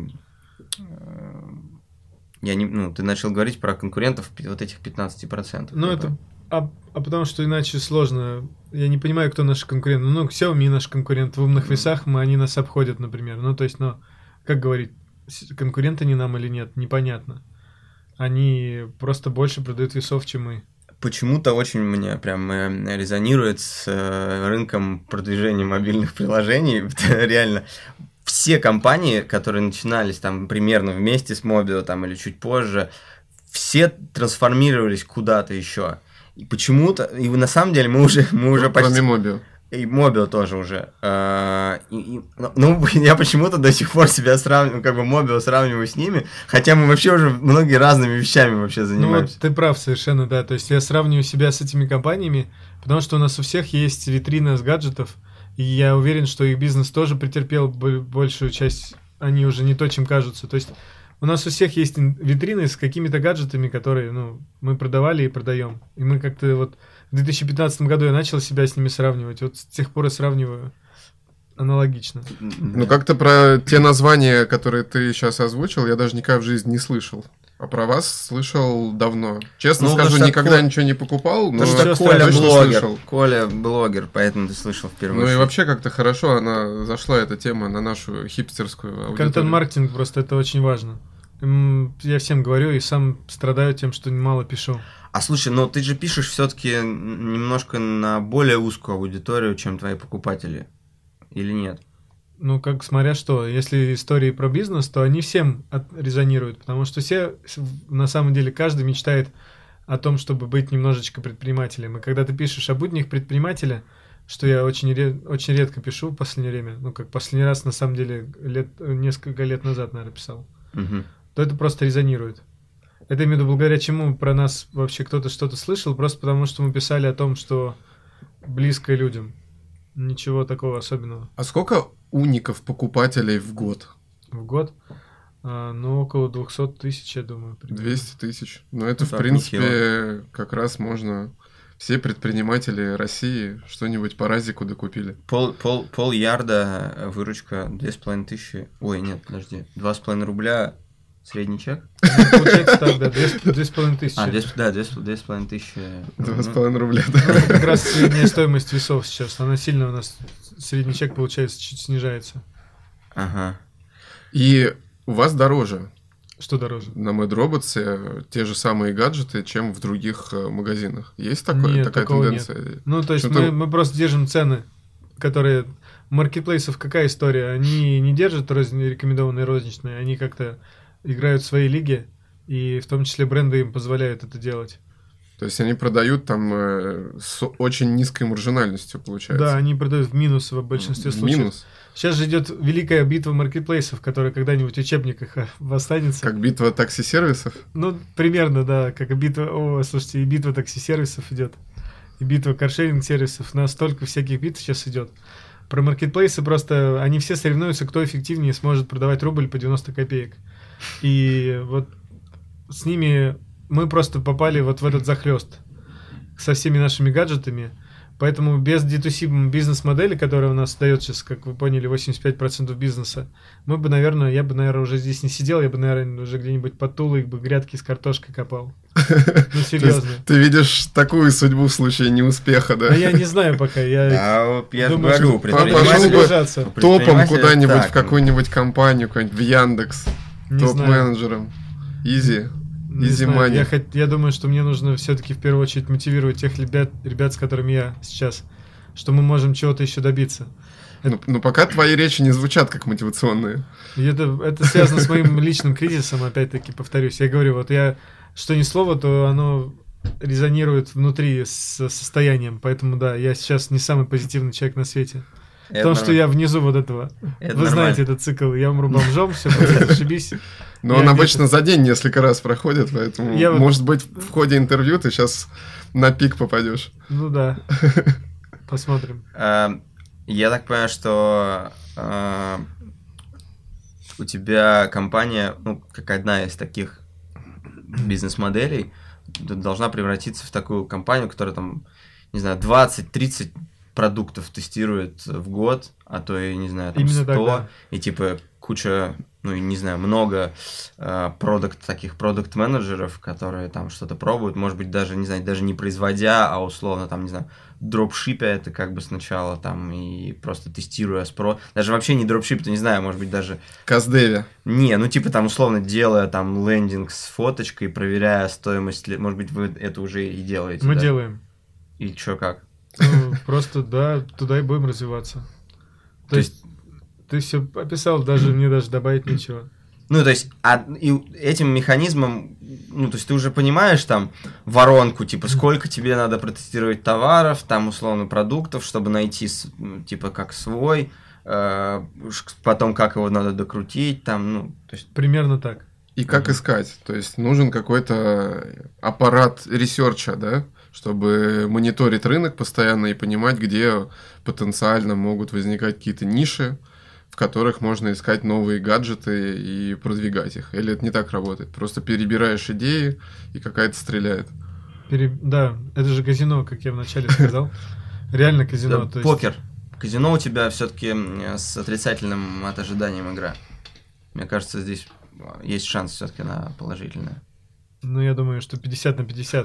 ты начал говорить про конкурентов вот этих 15%. Это... потому что иначе сложно. Я не понимаю, кто наши конкуренты. Xiaomi наш конкурент. В умных весах они нас обходят, например. Как говорить, конкуренты они нам или нет, непонятно. Они просто больше продают весов, чем мы. Почему-то очень мне прям резонирует с рынком продвижения мобильных приложений. Реально. Все компании, которые начинались там примерно вместе с Mobio или чуть позже, все трансформировались куда-то еще. И почему-то, и на самом деле мы уже почти... Кроме Mobio. И Mobio тоже уже. Я почему-то до сих пор себя сравниваю, Mobio сравниваю с ними, хотя мы вообще уже многие разными вещами вообще занимаемся. Ты прав совершенно, да. То есть я сравниваю себя с этими компаниями, потому что у нас у всех есть витрина с гаджетов, и я уверен, что их бизнес тоже претерпел большую часть, они уже не то, чем кажутся. То есть у нас у всех есть витрины с какими-то гаджетами, которые мы продавали и продаем. И мы как-то в 2015 году я начал себя с ними сравнивать. Вот с тех пор и сравниваю аналогично. Как-то про те названия, которые ты сейчас озвучил, я даже никогда в жизни не слышал. А про вас слышал давно. Честно скажу, никогда ничего не покупал, но Коля блогер. Коля блогер, поэтому ты слышал впервые. И вообще как-то хорошо она зашла, эта тема, на нашу хипстерскую аудиторию. Контент-маркетинг просто это очень важно. Я всем говорю и сам страдаю тем, что мало пишу. А слушай, ты же пишешь все-таки немножко на более узкую аудиторию, чем твои покупатели. Или нет? Смотря что. Если истории про бизнес, то они всем резонируют, потому что все, на самом деле, каждый мечтает о том, чтобы быть немножечко предпринимателем. И когда ты пишешь о буднях предпринимателя, что я очень редко пишу в последнее время, ну, как последний раз, на самом деле, несколько лет назад, наверное, писал, то это просто резонирует. Это именно благодаря чему про нас вообще кто-то что-то слышал, просто потому что мы писали о том, что близко людям. Ничего такого особенного. А сколько уников покупателей в год? В год? Ну, около 200 тысяч, я думаю. Примерно. 200 тысяч. Но это, в принципе, как раз можно... Все предприниматели России что-нибудь по разику докупили. Пол ярда выручка 2500. Ой, нет, подожди. 2,5 рубля средний чек? Получается так, да, 2500. Да, 2500. 2,5 рубля, да. Ну, как раз средняя стоимость весов сейчас. Она сильно у нас, средний чек, получается, чуть снижается. Ага. И у вас дороже. Что дороже? На MadRobots те же самые гаджеты, чем в других магазинах. Есть такая тенденция? Нет. Ну, то есть мы просто держим цены, которые... Маркетплейсов какая история? Они не держат рекомендованные розничные, они как-то играют в свои лиги, и в том числе бренды им позволяют это делать. То есть они продают там с очень низкой маржинальностью, получается? Да, они продают в минус в большинстве случаев. Минус? Сейчас же идет великая битва маркетплейсов, которая когда-нибудь в учебниках останется. Как битва такси-сервисов? Ну, примерно, да, как битва... слушайте, и битва такси-сервисов идет, и битва каршеринг-сервисов. У нас столько всяких битв сейчас идет. Про маркетплейсы просто... Они все соревнуются, кто эффективнее сможет продавать рубль по 90 копеек. И вот с ними мы просто попали вот в этот захлёст со всеми нашими гаджетами. Поэтому без D2C бизнес-модели, которая у нас дает сейчас, как вы поняли, 85% бизнеса, я бы, наверное, уже здесь не сидел, я бы, наверное, уже где-нибудь под Тулой бы грядки с картошкой копал. Ну, серьезно. Ты видишь такую судьбу в случае неуспеха, да? А я не знаю пока. Я же говорю, пошел бы топом куда-нибудь в какую-нибудь компанию, какую-нибудь в Яндекс, топ-менеджером. Easy money. Я думаю, что мне нужно все-таки в первую очередь мотивировать тех ребят, с которыми я сейчас, что мы можем чего-то еще добиться. Но пока твои речи не звучат как мотивационные. Это связано с моим личным кризисом, опять-таки, повторюсь. Я говорю, вот я, что ни слово, то оно резонирует внутри с состоянием. Поэтому, да, я сейчас не самый позитивный человек на свете. Потому что я внизу вот этого. Вы знаете этот цикл. Я умру бомжом, все будет зашибись. Но он обычно за день несколько раз проходит, поэтому, может быть, в ходе интервью ты сейчас на пик попадешь. Ну да. Посмотрим. Я так понимаю, что у тебя компания, ну, как одна из таких бизнес-моделей, должна превратиться в такую компанию, которая там, не знаю, 20-30 продуктов тестирует в год, а то и, не знаю, там 100, так, да. И типа куча, ну, не знаю, много таких продукт-менеджеров, которые там что-то пробуют, может быть, даже, не знаю, даже не производя, а условно, там, не знаю, дропшипя это как бы сначала там и просто тестируя даже вообще не дропшип, то не знаю, может быть, даже... Каздеве. Не, ну, типа там, условно, делая там лендинг с фоточкой, проверяя стоимость, может быть, вы это уже и делаете, Мы делаем. И чё, как? Ну, просто, да, туда и будем развиваться. То есть ты все описал, мне даже добавить нечего. Ну, то есть, и этим механизмом, ну, то есть, ты уже понимаешь там воронку, типа, сколько тебе надо протестировать товаров, там, условно, продуктов, чтобы найти, типа, как свой, потом, как его надо докрутить, там, ну, то есть... Примерно так. И как искать? То есть, нужен какой-то аппарат ресерча, да? Чтобы мониторить рынок постоянно и понимать, где потенциально могут возникать какие-то ниши, в которых можно искать новые гаджеты и продвигать их. Или это не так работает? Просто перебираешь идеи, и какая-то стреляет. Да, это же казино, как я вначале сказал. Реально казино. Покер. Казино у тебя все-таки с отрицательным от ожиданием игра. Мне кажется, здесь есть шанс все-таки на положительное. Ну, я думаю, что 50/50.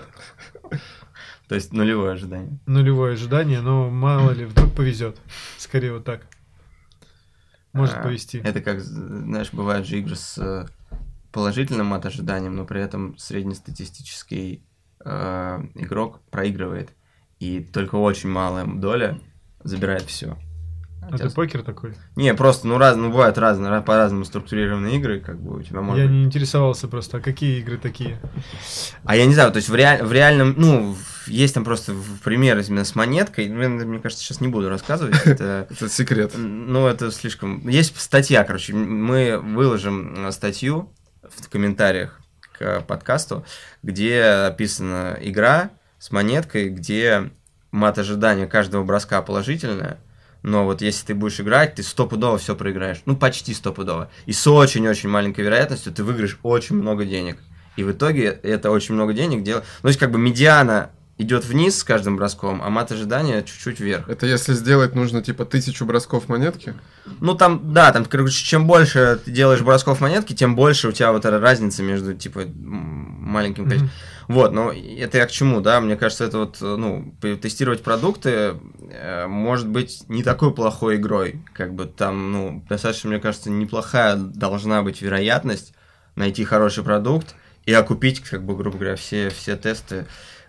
То есть нулевое ожидание. Нулевое ожидание, но мало ли, вдруг повезет. Скорее вот так. Может повезти. Это как, знаешь, бывают же игры с положительным от ожиданием, но при этом среднестатистический игрок проигрывает. И только очень малая доля забирает все. Это покер такой? Не, просто, бывают разные, по-разному структурированные игры, как бы у тебя может Я не интересовался просто, а какие игры такие? А я не знаю, то есть в реальном, есть там просто пример именно с монеткой. Мне кажется, сейчас не буду рассказывать. Это секрет. Ну, это слишком... Есть статья, короче. Мы выложим статью в комментариях к подкасту, где описана игра с монеткой, где мат ожидания каждого броска положительное. Но вот если ты будешь играть, ты стопудово все проиграешь. Ну, почти стопудово. И с очень-очень маленькой вероятностью ты выиграешь очень много денег. И в итоге это очень много денег делает. Ну, то есть, как бы медиана идет вниз с каждым броском, а мат ожидания чуть-чуть вверх. Это если сделать нужно, типа, 1000 бросков монетки? Ну, там, да, там, короче, чем больше ты делаешь бросков монетки, тем больше у тебя вот эта разница между, типа, маленьким количеством. Вот, но это я к чему, да, мне кажется, это вот, ну, тестировать продукты может быть не такой плохой игрой, как бы там, ну, достаточно, мне кажется, неплохая должна быть вероятность найти хороший продукт и окупить, как бы, грубо говоря, все тесты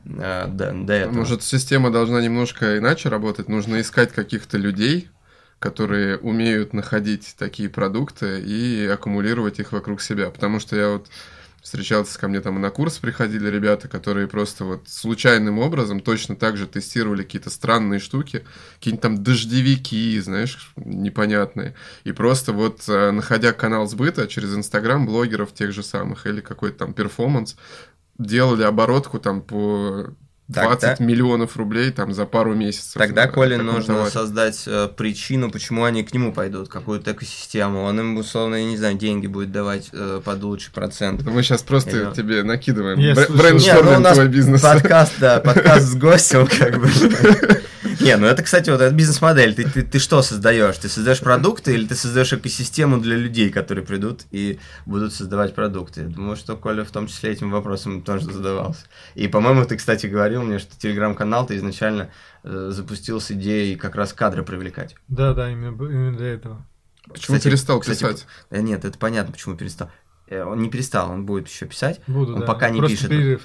до этого. Может, система должна немножко иначе работать, нужно искать каких-то людей, которые умеют находить такие продукты и аккумулировать их вокруг себя, потому что я вот встречался, ко мне там и на курс приходили ребята, которые просто вот случайным образом точно так же тестировали какие-то странные штуки, какие-нибудь там дождевики, знаешь, непонятные. И просто вот, находя канал сбыта через Инстаграм блогеров тех же самых или какой-то там перформанс, делали оборотку там по 20 миллионов рублей там за пару месяцев. Тогда Коле нужно создать причину, почему они к нему пойдут, какую-то экосистему. Он им, условно, я не знаю, деньги будет давать под лучший процент. Мы сейчас просто тебе накидываем брейншторминг твой бизнес. Подкаст с гостем, как бы. Не, ну это, кстати, вот эта бизнес-модель. Ты что создаешь? Ты создаешь продукты или ты создаешь экосистему для людей, которые придут и будут создавать продукты? Я думаю, что Коля в том числе этим вопросом тоже задавался. И, по-моему, ты, кстати, говорил мне, что телеграм-канал ты изначально запустил с идеей как раз кадры привлекать. Да, именно для этого. Почему перестал писать? Нет, это понятно, почему перестал. Он не перестал, он будет еще писать. Он пока не просто пишет. Перерыв.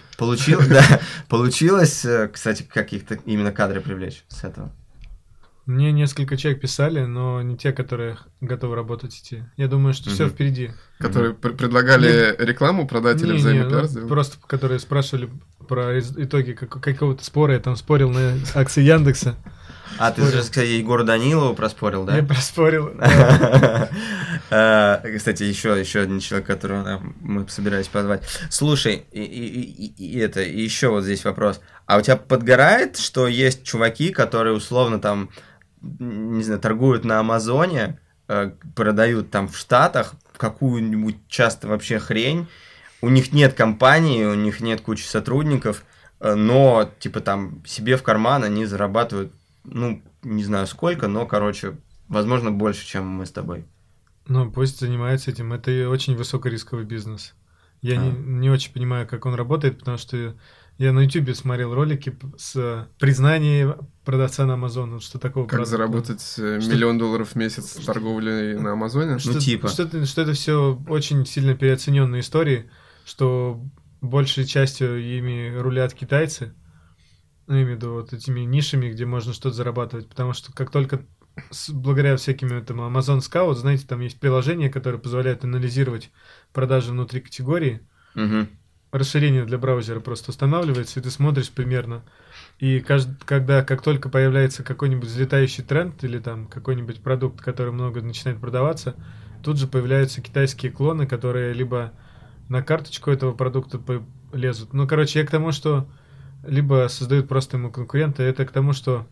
Получилось, кстати, каких-то именно кадры привлечь с этого. Мне несколько человек писали, но не те, которые готовы работать в сети. Я думаю, что все впереди. Которые предлагали рекламу продать или взаимный пиар сделать? Просто которые спрашивали про итоги какого-то спора. Я там спорил на акции Яндекса. А ты же, кстати, Егору Данилову проспорил, да? Я проспорил. Кстати, еще один человек, которого мы собирались позвать. Слушай, и еще вот здесь вопрос. А у тебя подгорает, что есть чуваки, которые условно там, не знаю, торгуют на Амазоне, продают там в Штатах какую-нибудь часто вообще хрень, у них нет компании, у них нет кучи сотрудников, но типа там себе в карман они зарабатывают, ну, не знаю сколько, но, короче, возможно, больше, чем мы с тобой. Ну, пусть занимается этим. Это очень высокорисковый бизнес. Я не очень понимаю, как он работает, потому что я на YouTube смотрел ролики с признанием продавца на Amazon. Что такого? Как заработать $1 миллион в месяц с торговлей на Амазоне? Ну, типа. Что это все очень сильно переоцененные истории, что большей частью ими рулят китайцы. Ну, имею в виду вот этими нишами, где можно что-то зарабатывать. Потому что как только благодаря всяким этому Amazon Scout, знаете, там есть приложения, которые позволяют анализировать продажи внутри категории. Расширение для браузера просто устанавливается, и ты смотришь примерно. И как только появляется какой-нибудь взлетающий тренд или там какой-нибудь продукт, который много начинает продаваться, тут же появляются китайские клоны, которые либо на карточку этого продукта лезут. Ну, короче, я к тому, что либо создают просто ему конкурента. Это к тому, что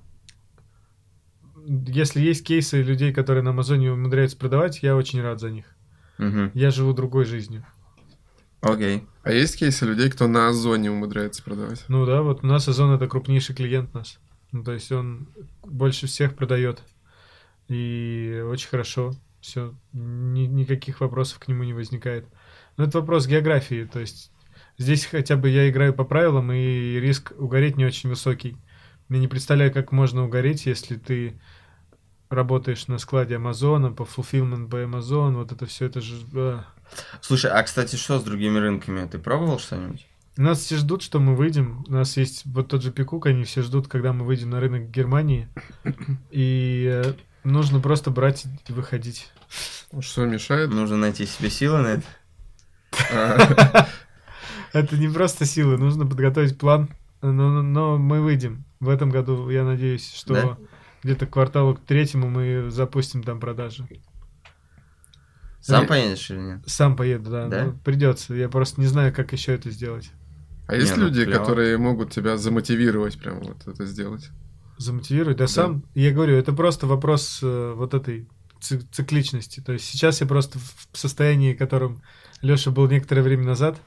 если есть кейсы людей, которые на Амазоне умудряются продавать, я очень рад за них. Я живу другой жизнью. Окей. А есть кейсы людей, кто на Озоне умудряется продавать? Ну да, вот у нас Озон — это крупнейший клиент наш. Ну, то есть он больше всех продает. И очень хорошо. Все. Никаких вопросов к нему не возникает. Но это вопрос географии. То есть здесь хотя бы я играю по правилам, и риск угореть не очень высокий. Я не представляю, как можно угореть, если ты работаешь на складе Амазона, по fulfillment by Amazon, вот это все, это же... Слушай, а, кстати, что с другими рынками? Ты пробовал что-нибудь? Нас все ждут, что мы выйдем. У нас есть вот тот же Пикук, они все ждут, когда мы выйдем на рынок Германии. И нужно просто брать и выходить. Что мешает? Нужно найти себе силы на это. Это не просто силы, нужно подготовить план но мы выйдем. В этом году, я надеюсь, что где-то к кварталу к 3-му мы запустим там продажи. Сам поедешь или нет? Сам поеду, да. Ну, придется. Я просто не знаю, как еще это сделать. А есть люди, которые могут тебя замотивировать прям вот это сделать? Замотивировать? Да сам. Я говорю, это просто вопрос вот этой цикличности. То есть сейчас я просто в состоянии, в котором Леша был некоторое время назад.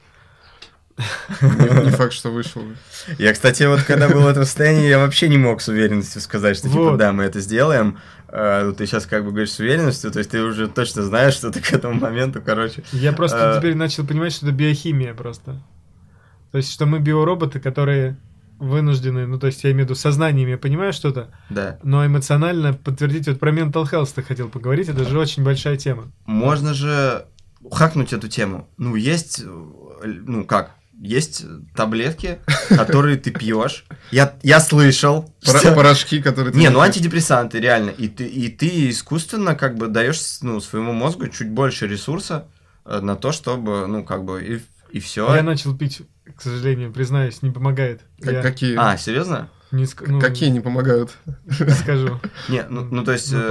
Не факт, что вышел. Я, кстати, вот когда был в этом состоянии, я вообще не мог с уверенностью сказать, что типа да, мы это сделаем. Ты сейчас как бы говоришь с уверенностью, то есть ты уже точно знаешь, что ты к этому моменту, короче. Я просто теперь начал понимать, что это биохимия просто. То есть, что мы биороботы, которые вынуждены, ну, то есть, я имею в виду сознанием, я понимаю что-то, но эмоционально подтвердить, вот про mental health ты хотел поговорить, это же очень большая тема. Можно же хакнуть эту тему. Ну, есть, ну, как? Есть таблетки, которые ты пьешь. Я слышал. Порошки, которые ты... Не, ну антидепрессанты, реально. И ты искусственно как бы даешь своему мозгу чуть больше ресурса на то, чтобы, ну, как бы, и все. Я начал пить, к сожалению, признаюсь, не помогает. Какие? Серьезно? Какие не помогают? Скажу. Не, ну то есть,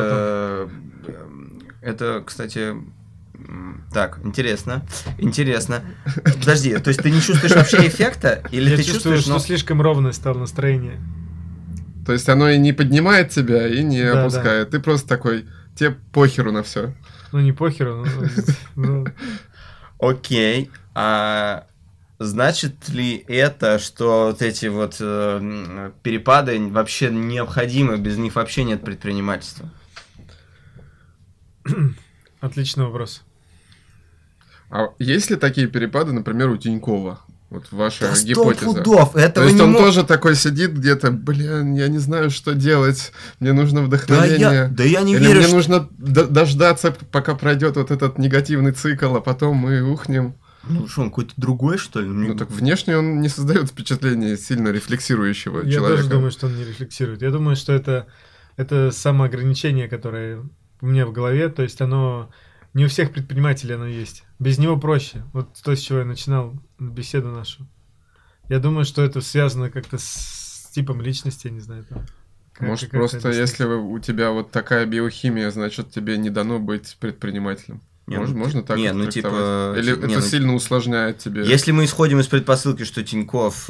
это, кстати... Так, интересно. Подожди, то есть ты не чувствуешь вообще эффекта? Или ты чувствуешь, что слишком ровное стало настроение? То есть оно и не поднимает тебя, и не опускает. Ты просто такой, тебе похеру на все. Ну, не похеру, но... Окей. А значит ли это, что вот эти вот перепады вообще необходимы, без них вообще нет предпринимательства? Отличный вопрос. А есть ли такие перепады, например, у Тинькова? Вот ваша гипотеза. То есть он тоже такой сидит где-то, блин, я не знаю, что делать, мне нужно вдохновение. Да я не верю. Мне нужно дождаться, пока пройдет вот этот негативный цикл, а потом мы ухнем. Ну что, он какой-то другой, что ли? Ну так внешне он не создает впечатление сильно рефлексирующего человека. Я тоже думаю, что он не рефлексирует. Я думаю, что это самоограничение, которое у меня в голове, то есть оно... Не у всех предпринимателей оно есть. Без него проще. Вот то, с чего я начинал беседу нашу. Я думаю, что это связано как-то с типом личности, я не знаю. Может, просто если у тебя вот такая биохимия, значит, тебе не дано быть предпринимателем. Можно так трактовать? Или это сильно усложняет тебе? Если мы исходим из предпосылки, что Тиньков,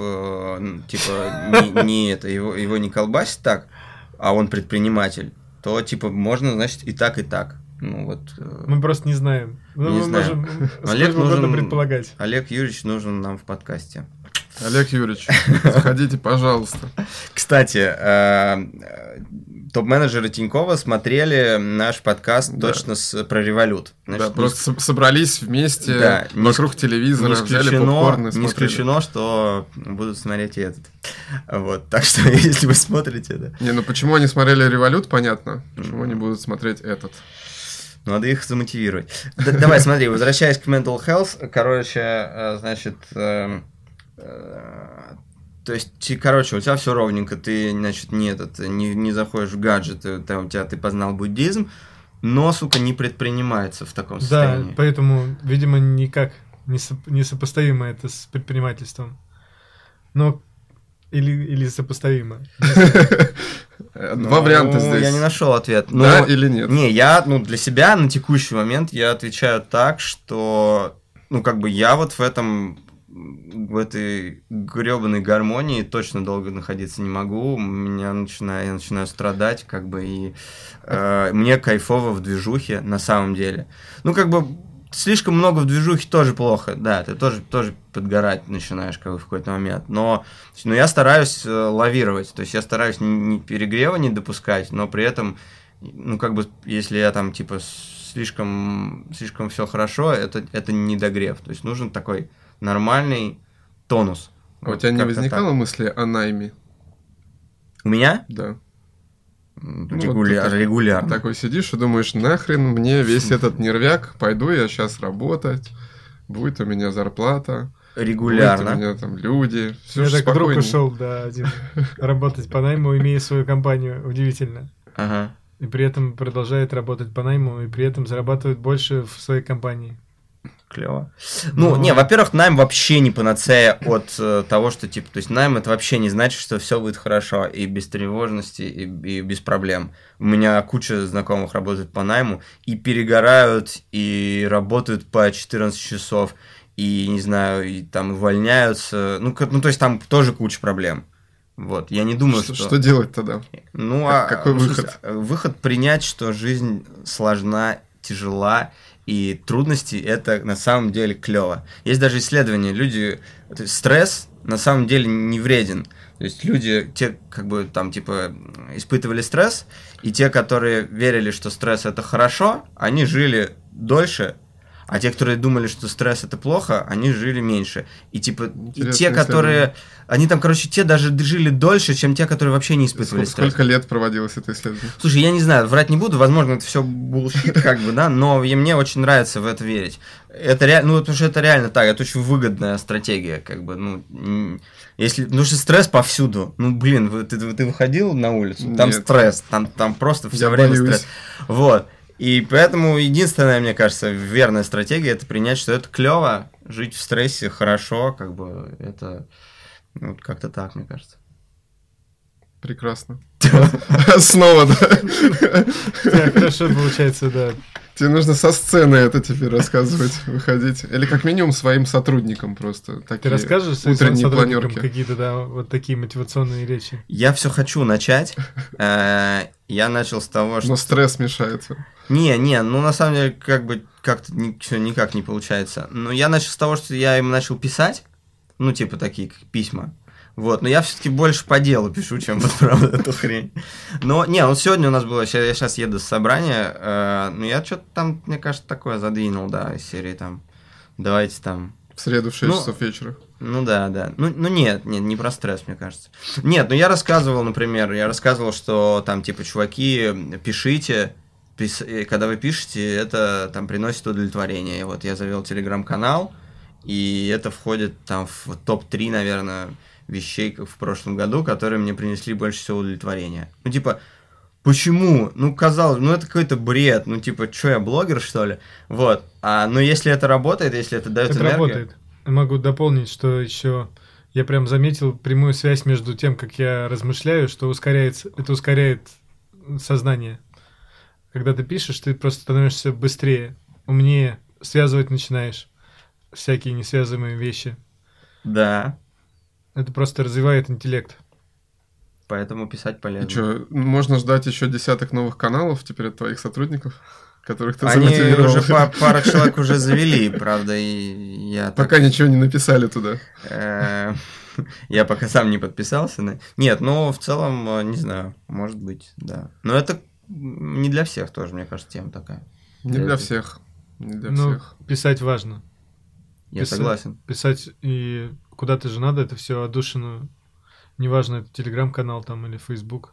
его не колбасит так, а он предприниматель, то, можно, значит, и так, и так. Ну, вот, мы просто не знаем. Мы можем Олег нужен, предполагать. Олег Юрьевич нужен нам в подкасте. Олег Юрьевич, заходите, пожалуйста. Кстати, топ-менеджеры Тинькова смотрели наш подкаст точно про Revolut. Значит, просто собрались вместе вокруг телевизора, взяли попкорн и смотрели. Не исключено, что будут смотреть и этот. Вот, так что, если вы смотрите, да. Не, ну почему они смотрели Revolut, понятно. Почему они будут смотреть этот? Надо их замотивировать. Давай, смотри, возвращаясь к mental health, короче, значит, то есть, короче, у тебя все ровненько, ты, значит, не заходишь в гаджеты, у тебя ты познал буддизм, но, сука, не предпринимается в таком состоянии. Да, поэтому, видимо, никак не сопоставимо это с предпринимательством. Но или сопоставимо. Два варианта здесь. Я не нашел ответ. Да или нет? Не, я, для себя на текущий момент я отвечаю так, что, я вот в этой гребаной гармонии точно долго находиться не могу. Я начинаю страдать, и мне кайфово в движухе на самом деле. Слишком много в движухе тоже плохо, да, ты тоже подгорать начинаешь в какой-то момент, но я стараюсь лавировать, то есть я стараюсь перегрева не допускать, но при этом, если я слишком все хорошо, это недогрев, то есть нужен такой нормальный тонус. А у тебя не возникало мысли о найме? У меня? Да. Регулярно. Такой сидишь и думаешь, нахрен мне весь этот нервяк, пойду я сейчас работать, будет у меня зарплата, регулярно. Будет у меня там люди, все же спокойно. Друг ушел, работать по найму, имея свою компанию, удивительно. Ага. И при этом продолжает работать по найму, и при этом зарабатывает больше в своей компании. клево. Ну, не, во-первых, найм вообще не панацея от того, что, типа, то есть найм это вообще не значит, что все будет хорошо, и без тревожности, и без проблем. У меня куча знакомых работают по найму, и перегорают, и работают по 14 часов, и, не знаю, и там увольняются. Ну, то есть там тоже куча проблем. Вот, я не думаю, что... Что делать тогда? Ну, какой выход? Выход принять, что жизнь сложна, тяжела, и трудности это на самом деле клево. Есть даже исследования, стресс на самом деле не вреден. То есть люди, те, как бы там, типа, испытывали стресс, и те, которые верили, что стресс это хорошо, они жили дольше, а те, которые думали, что стресс это плохо, они жили меньше. И типа, и те, которые... Они там, короче, те даже жили дольше, чем те, которые вообще не испытывали стресс. Сколько лет проводилось это исследование? Слушай, я не знаю, врать не буду, возможно, это все булшит, как бы, да, но мне очень нравится в это верить. Это реально, ну, потому что это реально так, это очень выгодная стратегия, как бы, ну, если, потому что стресс повсюду. Ну, блин, ты выходил на улицу, там нет. Стресс, там просто все время стресс. Вот. И поэтому единственная, мне кажется, верная стратегия это принять, что это клево, жить в стрессе хорошо, как бы это ну, как-то так, мне кажется. Прекрасно. Снова, да. Хорошо получается, да. Тебе нужно со сцены это теперь рассказывать, выходить. Или как минимум своим сотрудникам просто. Ты расскажешь своим сотрудникам какие-то, да, вот такие мотивационные речи? Я все хочу начать. Я начал с того, что... Но стресс мешается. Не, ну на самом деле как бы как-то ничего никак не получается. Но я начал с того, что я им начал писать, ну типа такие как письма. Вот, но я все-таки больше по делу пишу, чем вот правда эту хрень. Но, не, вот сегодня у нас было, я сейчас еду с собрания, но я что-то там, мне кажется, такое задвинул, да, из серии там, давайте там... В среду в 6 часов вечера. Ну да. Ну нет, не про стресс, мне кажется. Нет, ну я рассказывал, например, что там, типа, чуваки, пишите, когда вы пишете, это там приносит удовлетворение. И вот я завел телеграм-канал, и это входит там в топ-3, наверное, вещей в прошлом году, которые мне принесли больше всего удовлетворения. Ну, типа, почему? Ну, казалось, ну, это какой-то бред. Ну, типа, что, я блогер, что ли? Вот. Но если это работает, если это дает энергию... Это работает. Я могу дополнить, что еще я прям заметил прямую связь между тем, как я размышляю, что это ускоряет сознание. Когда ты пишешь, ты просто становишься быстрее, умнее, связывать начинаешь всякие несвязуемые вещи. Да. Это просто развивает интеллект. Поэтому писать полезно. И что, можно ждать еще десяток новых каналов теперь от твоих сотрудников, которых ты Они замотивировал? Уже пара человек уже завели, правда, и я... Пока ничего не написали туда. Я пока сам не подписался. Нет, но в целом, не знаю, может быть, да. Но это не для всех тоже, мне кажется, тема такая. Не для всех. Писать важно. Я согласен. Писать и куда-то же надо это все отдушину. Неважно, это телеграм-канал там или фейсбук.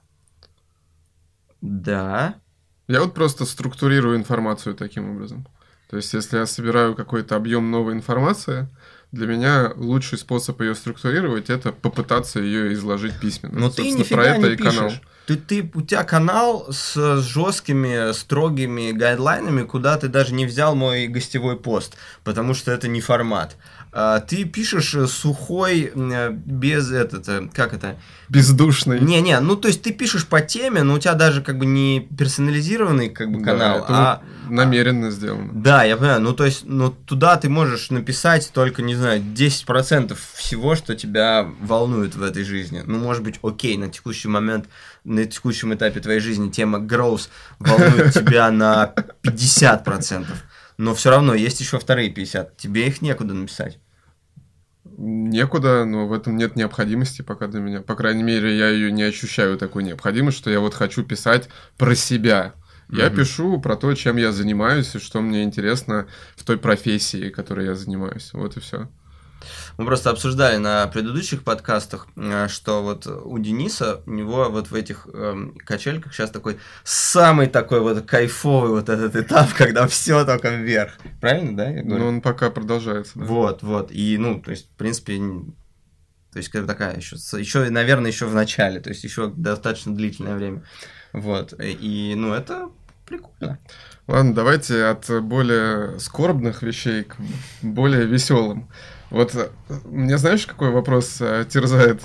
Да. Я вот просто структурирую информацию таким образом. То есть, если я собираю какой-то объем новой информации, для меня лучший способ ее структурировать — это попытаться ее изложить письменно. Но ты нифига не пишешь. У тебя канал с жесткими, строгими гайдлайнами, куда ты даже не взял мой гостевой пост, потому что это не формат. Ты пишешь сухой, без бездушный. Не, ну то есть ты пишешь по теме, но у тебя даже как бы не персонализированный как бы канал, это намеренно сделано. Да, я понимаю, ну то есть, туда ты можешь написать только, не знаю, 10% всего, что тебя волнует в этой жизни. Ну, может быть, окей, на текущий момент, на текущем этапе твоей жизни тема growth волнует тебя на 50%. Но все равно есть еще вторые 50. Тебе их некуда написать. Некуда, но в этом нет необходимости пока для меня. По крайней мере, я ее не ощущаю такой необходимость, что я вот хочу писать про себя. Я пишу про то, чем я занимаюсь и что мне интересно в той профессии, которой я занимаюсь. Вот и все. Мы просто обсуждали на предыдущих подкастах, что вот у Дениса, у него вот в этих качельках сейчас самый такой вот кайфовый вот этот этап, когда все только вверх. Правильно, да? Ну, он пока продолжается. Да? Вот. И, то есть, в принципе, то есть, как такая еще, наверное, еще в начале, то есть, еще достаточно длительное время. Вот. И, это Прикольно. Ладно, давайте от более скорбных вещей к более веселым. Вот мне знаешь, какой вопрос терзает?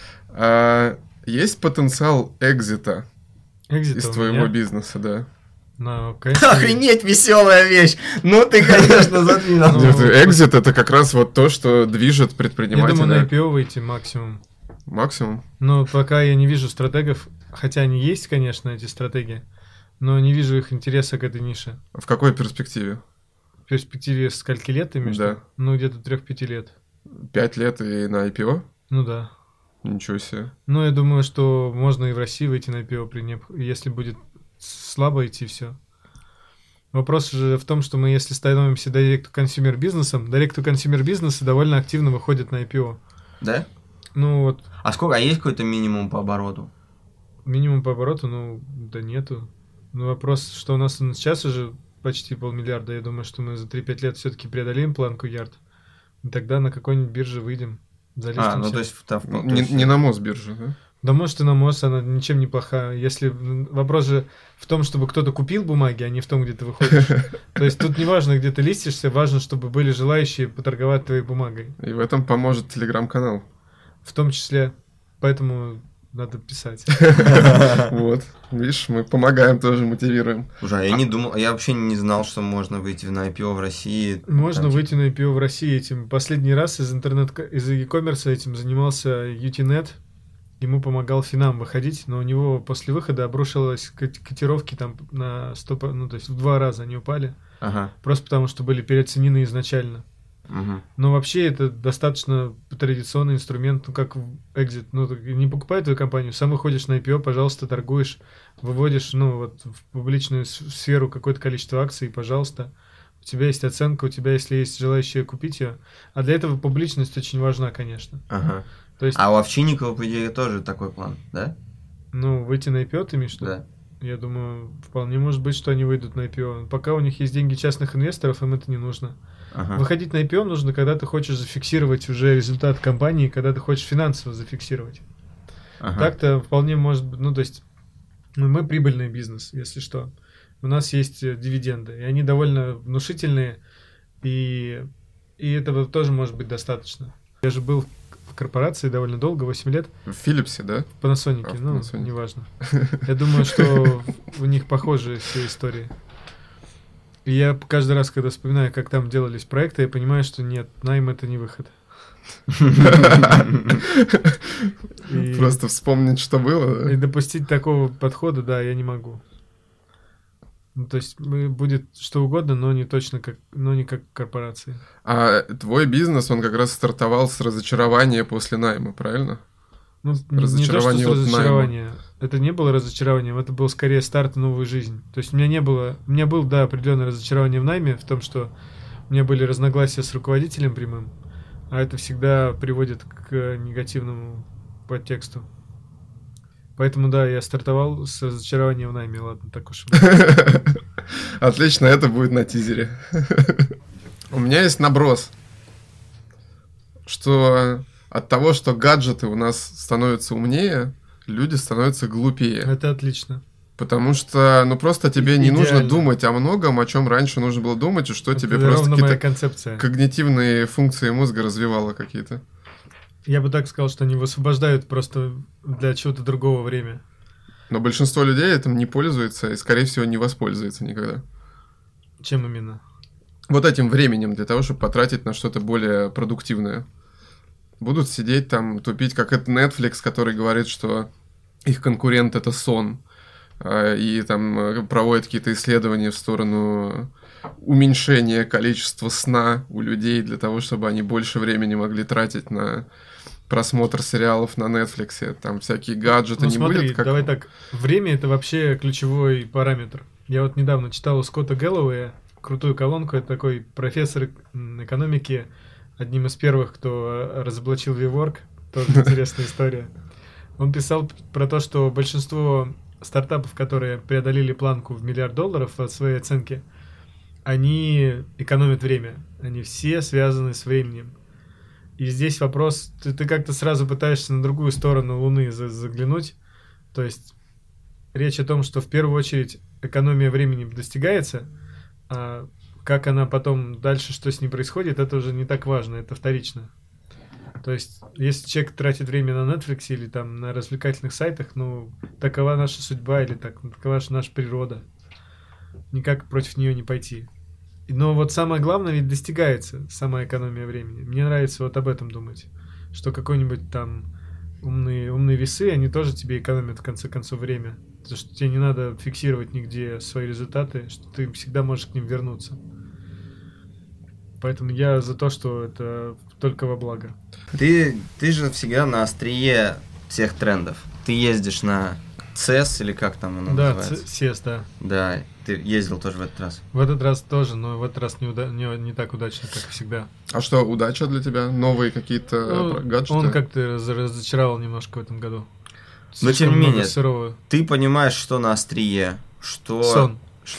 Есть потенциал экзита из твоего бизнеса, да? Ну, конечно. Охренеть, веселая вещь! Ну ты, конечно, задвинул. Экзит — это как раз вот то, что движет предпринимателя. Я думаю, на IPO выйти максимум. Максимум? Но пока я не вижу стратегов, хотя они есть, конечно, эти стратегии, но не вижу их интереса к этой нише. В какой перспективе? В перспективе скольки лет ты имеешь? Да. Ну, где-то 3-5 лет. 5 лет и на IPO? Ну да. Ничего себе. Ну, я думаю, что можно и в России выйти на IPO, если будет слабо идти все. Вопрос же в том, что мы, если становимся direct-to-consumer бизнесом, direct-to-consumer бизнесы довольно активно выходят на IPO. Да? Ну вот. А сколько? А есть какой-то минимум по обороту? Минимум по обороту, ну, да нету. Ну, вопрос, что у нас сейчас уже почти 500 million. Я думаю, что мы за 3-5 лет все-таки преодолеем планку Ярд. И тогда на какой-нибудь бирже выйдем. Залистимся. Ну то есть... Не на Мосбирже, да? Да может и на МОЗ, она ничем не плохая. Если вопрос же в том, чтобы кто-то купил бумаги, а не в том, где ты выходишь. То есть тут не важно, где ты листишься, важно, чтобы были желающие поторговать твоей бумагой. И в этом поможет телеграм-канал. В том числе. Поэтому надо писать. Вот. Видишь, мы помогаем тоже, мотивируем. Слушай, я не думал, я вообще не знал, что можно выйти на IPO в России. Можно выйти на IPO в России этим. Последний раз из e-commerce этим занимался UTNet. Ему помогал Финам выходить, но у него после выхода обрушилось котировки там на 100, ну то есть в 2 раза они упали. Просто потому, что были переоценены изначально. Но вообще это достаточно традиционный инструмент, ну как экзит. Ну, не покупай твою компанию, сам выходишь на IPO, пожалуйста, торгуешь, выводишь, ну вот в публичную сферу какое-то количество акций, пожалуйста. У тебя есть оценка, у тебя, если есть желающие купить ее. А для этого публичность очень важна, конечно. То есть, а у Овчинникова, по идее, тоже такой план, да? Ну, выйти на IPO, ты имеешь в виду? Да. Я думаю, вполне может быть, что они выйдут на IPO. Пока у них есть деньги частных инвесторов, им это не нужно. Выходить на IPO нужно, когда ты хочешь зафиксировать уже результат компании, когда ты хочешь финансово зафиксировать. Так-то вполне может быть, ну, то есть, мы прибыльный бизнес, если что. У нас есть дивиденды, и они довольно внушительные, и этого тоже может быть достаточно. Я же был в корпорации довольно долго, 8 лет. В Филлипсе, да? В Panasonic, ну, неважно. Я думаю, что у них похожие все истории. И я каждый раз, когда вспоминаю, как там делались проекты, я понимаю, что нет, найм — это не выход. Просто вспомнить, что было. И допустить такого подхода, да, я не могу. Ну, то есть будет что угодно, но не точно как, но не как корпорации. А твой бизнес, он как раз стартовал с разочарования после найма, правильно? Ну, разочарование не то, что с разочарования. Это не было разочарованием, это был скорее старт в новую жизнь. То есть у меня было, да, определенное разочарование в найме, в том, что у меня были разногласия с руководителем прямым, а это всегда приводит к негативному подтексту. Поэтому, да, я стартовал с разочарования в найме, ладно, так уж. Отлично, это будет на тизере. У меня есть наброс, что от того, что гаджеты у нас становятся умнее, люди становятся глупее. Это отлично. Потому что, ну, просто тебе не нужно думать о многом, о чем раньше нужно было думать, и что это тебе просто какие-то когнитивные функции мозга развивало какие-то. Я бы так сказал, что они высвобождают просто для чего-то другого время. Но большинство людей этим не пользуется и, скорее всего, не воспользуется никогда. Чем именно? Вот этим временем для того, чтобы потратить на что-то более продуктивное. Будут сидеть там, тупить, как это Netflix, который говорит, что их конкурент — это сон. И там проводят какие-то исследования в сторону уменьшения количества сна у людей для того, чтобы они больше времени могли тратить на просмотр сериалов на Netflix. Там всякие гаджеты, не смотри, будет. Как... Давай так, время — это вообще ключевой параметр. Я вот недавно читал у Скотта Гэллоуэя крутую колонку, это такой профессор экономики, одним из первых, кто разоблачил WeWork, тоже интересная история. Он писал про то, что большинство стартапов, которые преодолели планку в $1 миллиард от своей оценки, они экономят время. Они все связаны с временем. И здесь вопрос, ты как-то сразу пытаешься на другую сторону Луны заглянуть. То есть речь о том, что в первую очередь экономия времени достигается, а как она потом дальше, что с ней происходит, это уже не так важно, это вторично. То есть, если человек тратит время на Netflix или там на развлекательных сайтах, ну, такова наша судьба или такова наша природа. Никак против нее не пойти. Но вот самое главное ведь достигается, сама экономия времени. Мне нравится вот об этом думать, что какой-нибудь там умные весы, они тоже тебе экономят в конце концов время. Потому что тебе не надо фиксировать нигде свои результаты, что ты всегда можешь к ним вернуться. Поэтому я за то, что это только во благо. Ты же всегда на острие всех трендов. Ты ездишь на CES или как там оно называется? Да, CES, да. Да, ты ездил тоже в этот раз. В этот раз тоже, но в этот раз не так удачно, как всегда. А что, удача для тебя? Новые какие-то гаджеты? Он как-то разочаровал немножко в этом году. Но тем не менее, ты понимаешь, что на острие, что... Сон.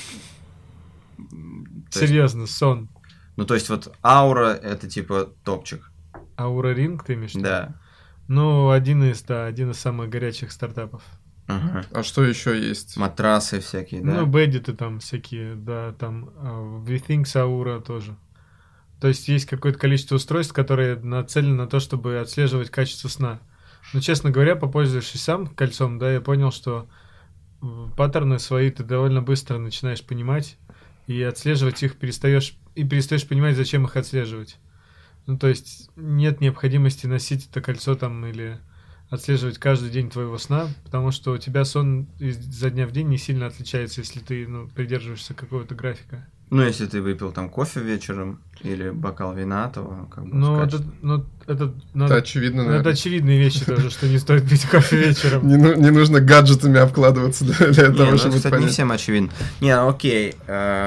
Серьезно, сон. Ну, то есть, вот Аура — это типа топчик. Аура Ринг, ты имеешь в виду? Да. Ну, один из самых горячих стартапов. Ага. А что еще есть? Матрасы всякие, да? Ну, бэддиты там всякие, да, там WeThings Aura тоже. То есть, есть какое-то количество устройств, которые нацелены на то, чтобы отслеживать качество сна. Но, честно говоря, попользовавшись сам кольцом, да, я понял, что паттерны свои ты довольно быстро начинаешь понимать, и отслеживать их перестаешь понимать, зачем их отслеживать. Ну, то есть, нет необходимости носить это кольцо там или отслеживать каждый день твоего сна, потому что у тебя сон изо дня в день не сильно отличается, если ты придерживаешься какого-то графика. Ну, если ты выпил там кофе вечером или бокал вина, то как бы это очевидно, наверное. Это очевидные вещи тоже, что не стоит пить кофе вечером. Не нужно гаджетами обкладываться для этого, чтобы это не всем очевидно. Не, окей.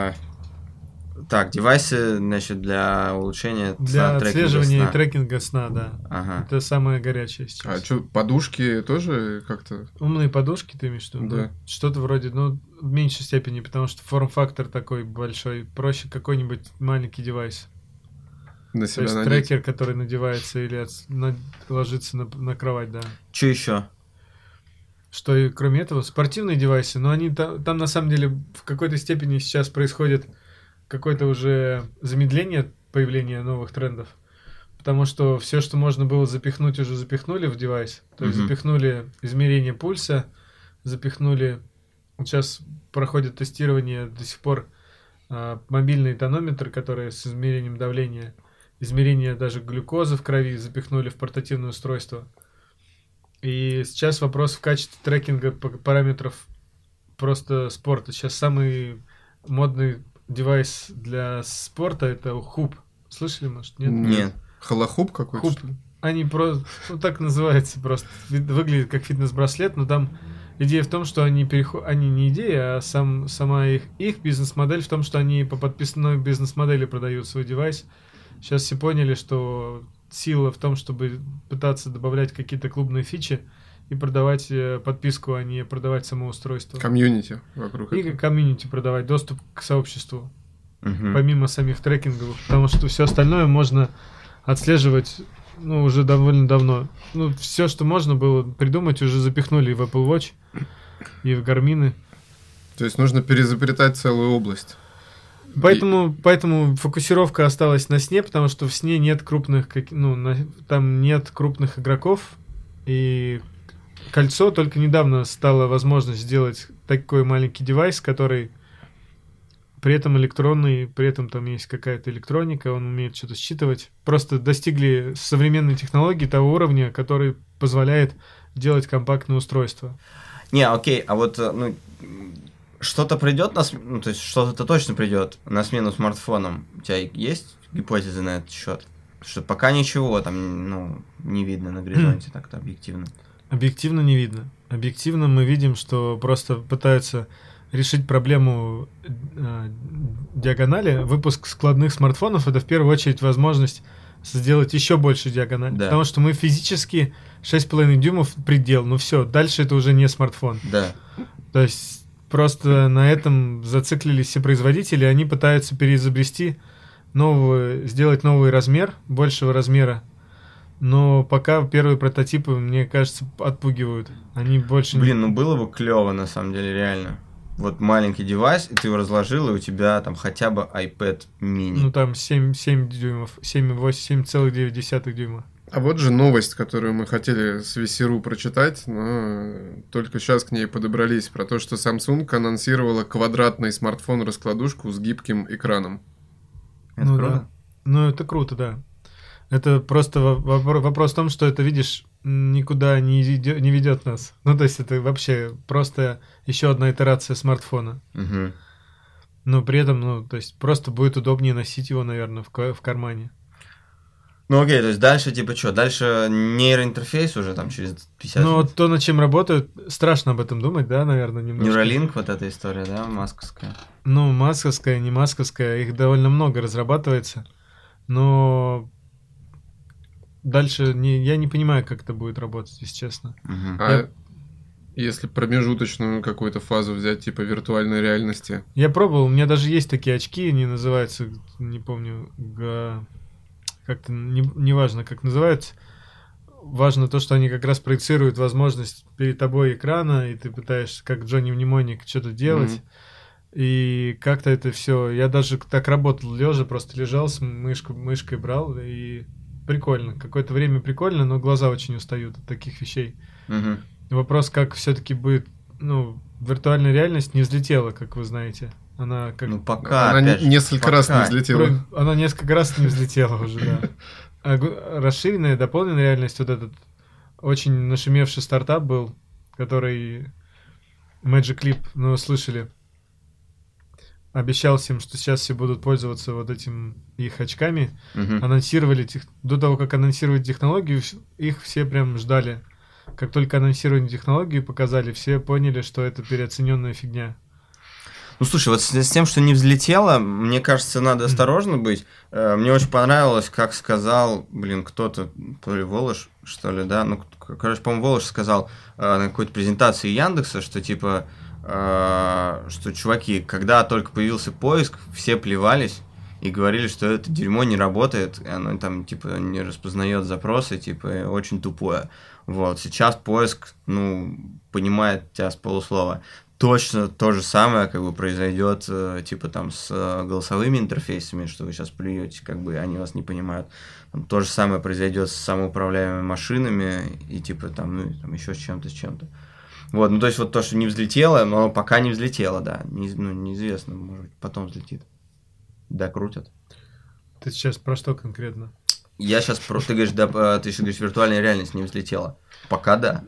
Так, девайсы, значит, для улучшения для отслеживания и трекинга сна, да. Ага. Это самое горячее сейчас. А что, подушки тоже как-то? Умные подушки, ты имеешь в виду? Да. Что-то вроде, в меньшей степени, потому что форм-фактор такой большой. Проще какой-нибудь маленький девайс. На себя то есть надеть. Трекер, который надевается или ложится на кровать, да. Что еще? Что и кроме этого, спортивные девайсы, но они там на самом деле в какой-то степени сейчас происходит какое-то уже замедление появления новых трендов. Потому что все, что можно было запихнуть, уже запихнули в девайс. То есть запихнули измерение пульса, запихнули... Сейчас проходит тестирование до сих пор мобильный тонометр, который с измерением давления, измерение даже глюкозы в крови запихнули в портативное устройство. И сейчас вопрос в качестве трекинга параметров просто спорта. Сейчас самый модный девайс для спорта — это Hoop. Слышали, может? Нет. Холохуп какой-то? Hoop. Они просто, так называется просто. Выглядит как фитнес-браслет, но там идея в том, что они не идея, а сама их бизнес-модель в том, что они по подписанной бизнес-модели продают свой девайс. Сейчас все поняли, что сила в том, чтобы пытаться добавлять какие-то клубные фичи и продавать подписку, а не продавать само устройство. Комьюнити вокруг этого. И комьюнити продавать, доступ к сообществу. Помимо самих трекингов. Потому что все остальное можно отслеживать уже довольно давно. Все, что можно было придумать, уже запихнули и в Apple Watch, и в Garmin. То есть нужно переизобретать целую область. Поэтому фокусировка осталась на сне, потому что в сне нет крупных, там нет крупных игроков, и кольцо только недавно стало возможность сделать такой маленький девайс, который при этом электронный, при этом там есть какая-то электроника, он умеет что-то считывать. Просто достигли современной технологии того уровня, который позволяет делать компактное устройство. Не, окей, а вот что-то придет то есть что-то точно придет на смену смартфонам. У тебя есть гипотезы на этот счет? Что пока ничего там, не видно на горизонте так-то объективно. Объективно не видно. Объективно мы видим, что просто пытаются решить проблему диагонали. Выпуск складных смартфонов — это в первую очередь возможность сделать еще больше диагональ. Да. Потому что мы физически 6,5 дюймов предел. Все, дальше это уже не смартфон. Да. То есть просто на этом зациклились все производители, они пытаются переизобрести сделать новый размер, большего размера. Но пока первые прототипы, мне кажется, отпугивают. Они больше... Блин, было бы клево, на самом деле, реально. вот маленький девайс, и ты его разложил, и у тебя там хотя бы iPad mini. Ну, там 7 дюймов, 7,9 дюйма. А вот же новость, которую мы хотели с VC.ru прочитать, но только сейчас к ней подобрались, про то, что Samsung анонсировала квадратный смартфон-раскладушку с гибким экраном. Это круто? Да. Ну, это круто, да. Это просто вопрос в том, что это, видишь, никуда не ведет нас. Ну, то есть это вообще просто еще одна итерация смартфона. Угу. Но при этом, ну, то есть просто будет удобнее носить его, наверное, в кармане. Ну окей, то есть дальше типа что? Дальше нейроинтерфейс уже там через 50 Ну, минут? то, над чем работают, страшно об этом думать, да, наверное, немножко. Neuralink, вот эта история, да, масковская? Ну, масковская, не масковская, их довольно много разрабатывается, но дальше я не понимаю, как это будет работать, если честно. Угу. А если промежуточную какую-то фазу взять, типа виртуальной реальности? Я пробовал, у меня даже есть такие очки, они называются, не помню, как-то неважно, как называются. Важно то, что они как раз проецируют возможность перед тобой экрана, и ты пытаешься, как Джонни Мнемоник, что-то делать. И как-то это все. Я даже так работал лежа, просто лежал с мышкой брал, и прикольно. Какое-то время прикольно, но глаза очень устают от таких вещей. Угу. Вопрос, как все-таки будет, ну, виртуальная реальность не взлетела, как вы знаете. Она как... Ну пока, Она опять же, несколько раз не взлетела. Она несколько раз не взлетела уже, да. А расширенная, дополненная реальность, вот этот очень нашумевший стартап был, который Magic Leap, ну, слышали, обещал всем, что сейчас все будут пользоваться вот этим их очками. Мгм. Анонсировали, до того, как анонсировать технологию, их все прям ждали. Как только анонсировали технологию, показали, все поняли, что это переоцененная фигня. Ну, слушай, вот с тем, что не взлетело, мне кажется, надо осторожно быть. Мне очень понравилось, как сказал, кто-то, то ли Волош, что ли, да? Ну, короче, по-моему, Волош сказал на какой-то презентации Яндекса, что типа, что, чуваки, когда только появился поиск, все плевались и говорили, что это дерьмо не работает, оно там, типа, не распознает запросы, типа, очень тупое. Вот, сейчас поиск, ну, понимает тебя с полуслова. Точно то же самое, как бы, произойдет, типа, там, с голосовыми интерфейсами, что вы сейчас плюете, как бы, они вас не понимают. Там, то же самое произойдет с самоуправляемыми машинами и, типа, там, ну, там, еще с чем-то. Вот, ну, то есть, вот то, что не взлетело, но пока не взлетело, да. Неизвестно, может быть, потом взлетит. Докрутят. Ты сейчас про что конкретно? Я сейчас просто, ты говоришь, да, ты еще говоришь, виртуальная реальность не взлетела. Пока да.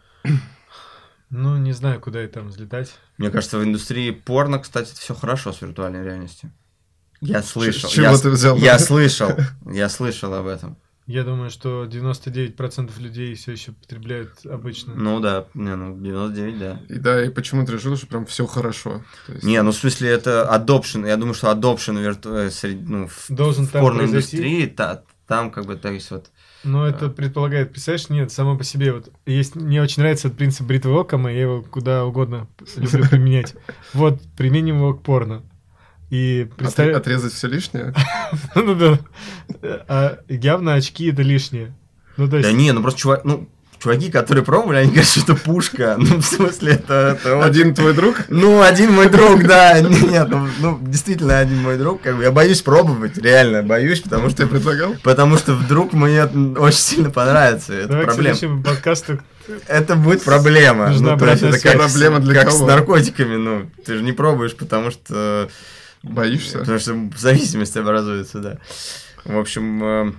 Ну, не знаю, куда и там взлетать. Мне кажется, в индустрии порно, кстати, все хорошо с виртуальной реальностью. Я слышал. Чего ты взял? Я слышал об этом. Я думаю, что 99% людей все еще потребляют обычно. Ну да, 99, да. И почему ты решил, что прям все хорошо? То есть... Не, ну в смысле это adoption. Я думаю, что adoption должен в там порноиндустрии, там как бы, то есть вот... Ну, это предполагает, представляешь, нет, само по себе вот есть, мне очень нравится этот принцип бритвы Оккама, я его куда угодно люблю применять. Вот, применим его к порно. И Отрезать все лишнее? Ну да. А явно очки это лишнее. Ну, то есть... Да не, ну просто чуваки, которые пробовали, они говорят, что это пушка. Ну, в смысле, это Один твой друг? Ну, один мой друг, да. Нет, ну, действительно, один мой друг. Как бы, я боюсь пробовать, реально боюсь, потому что... Ты предлагал? Потому что вдруг мне очень сильно понравится. Это Давай проблема. к следующему подкасту... Это будет проблема. Нужна Ну, то есть, это как проблема для как кого? с наркотиками. Ну, ты же не пробуешь, потому что... Боишься? Потому что зависимость образуется, да. В общем...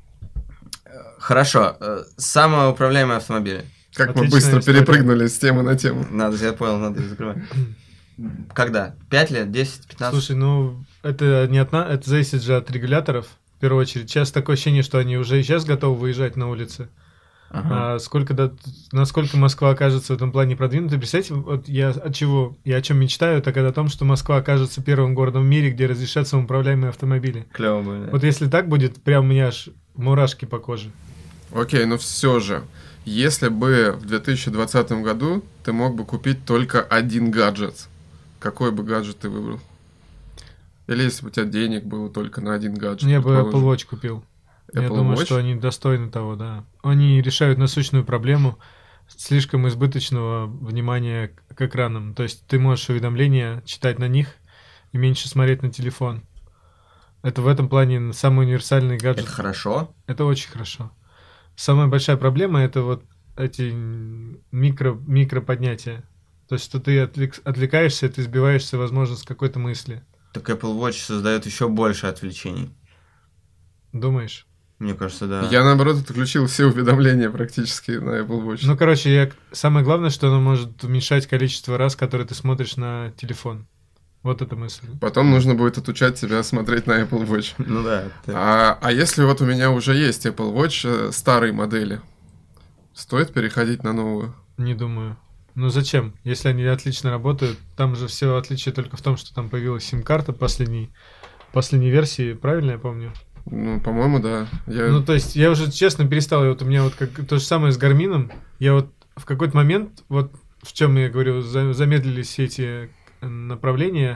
Хорошо. Самоуправляемые автомобили. Как мы Отличная быстро история. перепрыгнули с темы на тему. Я понял, надо их закрывать. Когда? 5 лет, 10, 15? Слушай, ну, это не это зависит же от регуляторов, в первую очередь. Сейчас такое ощущение, что они уже и сейчас готовы выезжать на улицы. Ага. Насколько Москва окажется в этом плане продвинутой. Представьте, вот я о чем мечтаю, так это о том, что Москва окажется первым городом в мире, где разрешат самоуправляемые автомобили. Клево будет. Да. Вот если так будет, прям у меня аж мурашки по коже. Окей, но все же, если бы в 2020 году ты мог бы купить только один гаджет, какой бы гаджет ты выбрал? Или если бы у тебя денег было только на один гаджет? Я бы предположим? Apple Watch купил. Я Apple думаю, Watch? что они достойны того, да. Они решают насущную проблему слишком избыточного внимания к экранам. То есть ты можешь уведомления читать на них и меньше смотреть на телефон. Это в этом плане самый универсальный гаджет. Это хорошо? Это очень хорошо. Самая большая проблема — это вот эти микроподнятия. То есть, что ты отвлекаешься, ты сбиваешься, возможно, с какой-то мысли. Так Apple Watch создает еще больше отвлечений. Думаешь? Мне кажется, да. Я, наоборот, отключил все уведомления практически на Apple Watch. Ну, короче, самое главное, что оно может уменьшать количество раз, которые ты смотришь на телефон. Вот эта мысль. Потом нужно будет отучать тебя смотреть на Apple Watch. Ну да. А если вот у меня уже есть Apple Watch старой модели, стоит переходить на новую? Не думаю. Ну зачем? Если они отлично работают, там же все отличие только в том, что там появилась сим-карта последней версии, правильно я помню? Ну, по-моему, да. Ну, то есть, я уже, честно, перестал. И вот у меня вот как то же самое с Гармином. Я вот в какой-то момент, вот в чем я говорю, замедлились все эти направления,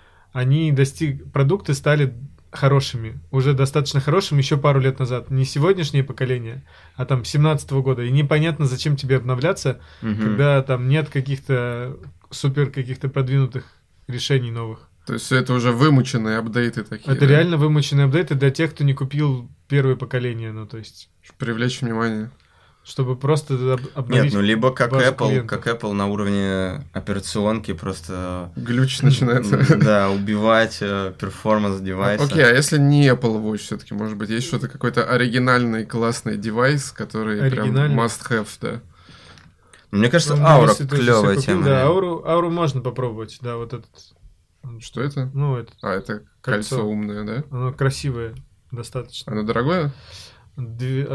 продукты стали хорошими, уже достаточно хорошими еще пару лет назад. Не сегодняшнее поколение, а там 17-го года. И непонятно, зачем тебе обновляться, когда там нет каких-то каких-то продвинутых решений новых. То есть это уже вымученные апдейты такие. Это реально вымученные апдейты для тех, кто не купил первое поколение, ну то есть. Привлечь внимание. Чтобы просто обновить. Нет, либо как Apple на уровне операционки просто... Глюч начинается. Да, убивать перформанс девайса. Окей, а если не Apple Watch все-таки, может быть, есть что-то, какой-то оригинальный классный девайс, который прям must-have, да? Мне кажется, Aura клевая тема. Да, Aura можно попробовать, да, вот этот... Что это? Ну, это... это кольцо умное, да? Оно красивое, достаточно. Оно дорогое? От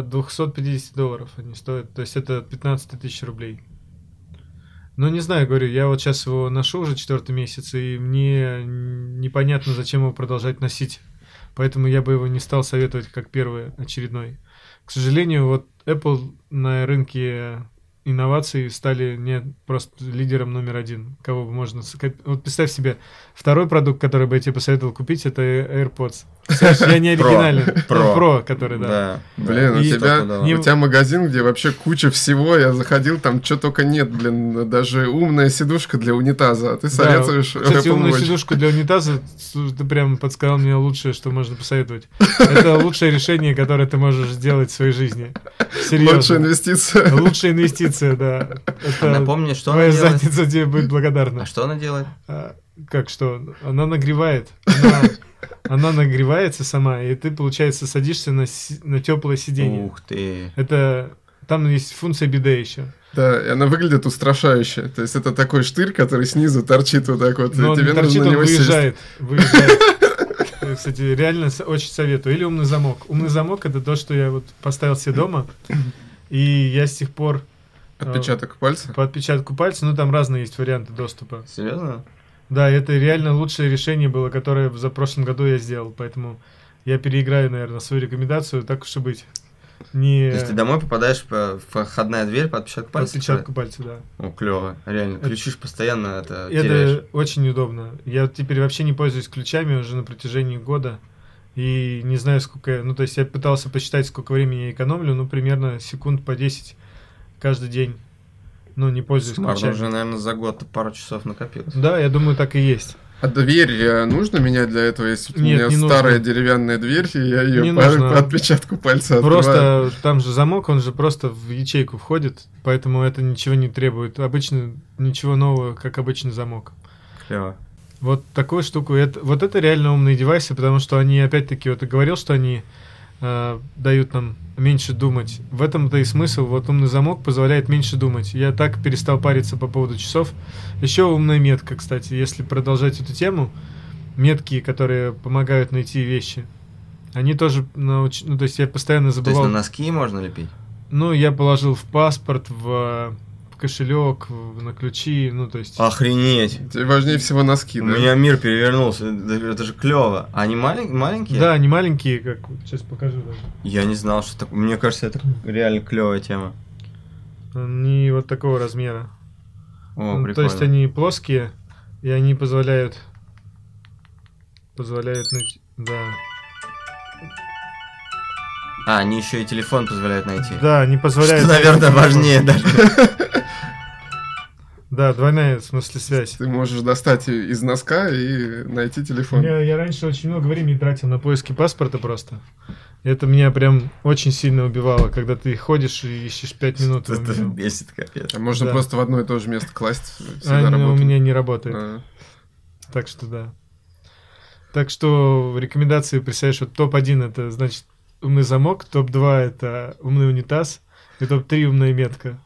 $250 они стоят, то есть это 15 тысяч рублей. Ну, не знаю, говорю, я вот сейчас его ношу уже 4-й месяц, и мне непонятно, зачем его продолжать носить. Поэтому я бы его не стал советовать как первый очередной. К сожалению, вот Apple на рынке инноваций стали не просто лидером номер один, кого бы можно... Вот представь себе, второй продукт, который бы я тебе посоветовал купить, это AirPods. Я не оригинален. Pro, который, да. Блин, у тебя магазин, где вообще куча всего, я заходил, там что только нет, блин, даже умная сидушка для унитаза, а ты советуешь Apple Watch. Кстати, умную сидушку для унитаза, ты прям подсказал мне лучшее, что можно посоветовать. Это лучшее решение, которое ты можешь сделать в своей жизни. Серьезно. Лучшая инвестиция. Лучшая инвестиция, да. Напомни, что она делает? Твоя задница тебе будет благодарна. А что она делает? Как что? Она нагревает. Она нагревается сама, и ты, получается, садишься на теплое сиденье. Ух ты. Там есть функция биде еще. Да, и она выглядит устрашающе. То есть это такой штырь, который снизу торчит вот так вот. Но и тебе торчит, нужно он на него выезжает. Кстати, реально очень советую. Или умный замок. Умный замок — это то, что я вот поставил себе дома, и я с тех пор... Отпечаток пальца? По отпечатку пальца, ну там разные есть варианты доступа. Серьезно? Да, это реально лучшее решение было, которое за прошлом году я сделал, поэтому я переиграю, наверное, свою рекомендацию, так уж и быть. То есть ты домой попадаешь в входная дверь по отпечатку пальца? По отпечатку пальца, да. О, клево, реально, ключишь постоянно, это теряешь. Это очень удобно. Я теперь вообще не пользуюсь ключами уже на протяжении года, и не знаю, сколько... Ну, то есть я пытался посчитать, сколько времени я экономлю, ну, примерно секунд по 10 каждый день. Ну, не пользуюсь ключами. Уже, наверное, за год пару часов накопилось. Да, я думаю, так и есть. А дверь нужно менять для этого? Если у меня старая деревянная дверь, и я ее по отпечатку пальца открываю? Просто там же замок, он же просто в ячейку входит, поэтому это ничего не требует. Обычно ничего нового, как обычный замок. Клево. Вот такую штуку. Вот это реально умные девайсы, потому что они, опять-таки, вот я говорил, что они дают нам меньше думать. В этом-то и смысл. Вот умный замок позволяет меньше думать. Я так перестал париться по поводу часов. Еще умная метка, кстати. Если продолжать эту тему, метки, которые помогают найти вещи, они тоже ну, то есть я постоянно забывал... То есть на носки можно лепить? Ну, я положил в паспорт, в кошелек, на ключи, ну, то есть... Охренеть! Тебе важнее всего носки, да? У меня мир перевернулся, это же клево. А они маленькие? Да, они маленькие, как... Сейчас покажу даже. Я не знал, что так... Мне кажется, это реально клевая тема. Они вот такого размера. О, прикольно. То есть они плоские, и они позволяют... Да. они еще и телефон позволяют найти. Да, не позволяют. Что, наверное, важнее даже. Да, двойная, в смысле, связь. Ты можешь достать из носка и найти телефон. Я раньше очень много времени тратил на поиски паспорта просто. Это меня прям очень сильно убивало, когда ты ходишь и ищешь 5 минут. Это бесит, капец. А можно просто в одно и то же место класть. У меня не работает. Так что да. Так что рекомендации, представляешь, вот топ-1 это значит умный замок, топ-2 это умный унитаз, и топ-3 умная метка.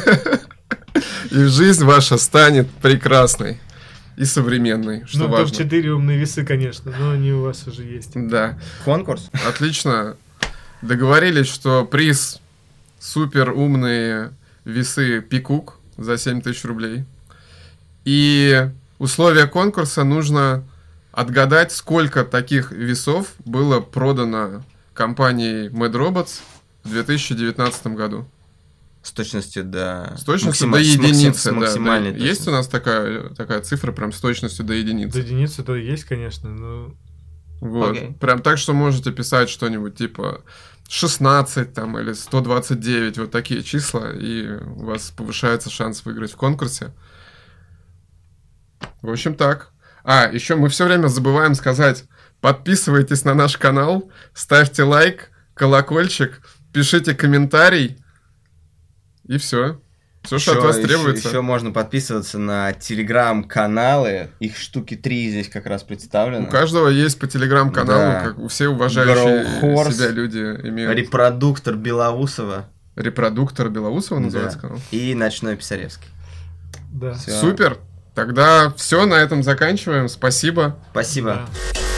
И жизнь ваша станет прекрасной и современной, что важно. Топ-4 умные весы, конечно, но они у вас уже есть. Да. Конкурс? Отлично. Договорились, что приз супер умные весы Пикук за 7000 рублей. И условия конкурса нужно отгадать, сколько таких весов было продано компанией Mad Robots в 2019 году. С точностью до... С точностью до единицы, да. Максимальной Есть у нас такая цифра прям с точностью до единицы? До единицы-то есть, конечно, но... Вот. Прям так, что можете писать что-нибудь типа 16 там или 129, вот такие числа, и у вас повышается шанс выиграть в конкурсе. В общем, так. Еще мы все время забываем сказать, подписывайтесь на наш канал, ставьте лайк, колокольчик, пишите комментарий, и все. Все, что от вас требуется. Еще можно подписываться на телеграм-каналы. Их штуки 3 здесь как раз представлены. У каждого есть по телеграм-каналу, да. как у все уважающие себя люди имеют. Репродуктор Белоусова. Репродуктор Белоусова называется канал? И Ночной Писаревский. Да. Супер. Тогда все, на этом заканчиваем. Спасибо. Спасибо. Да.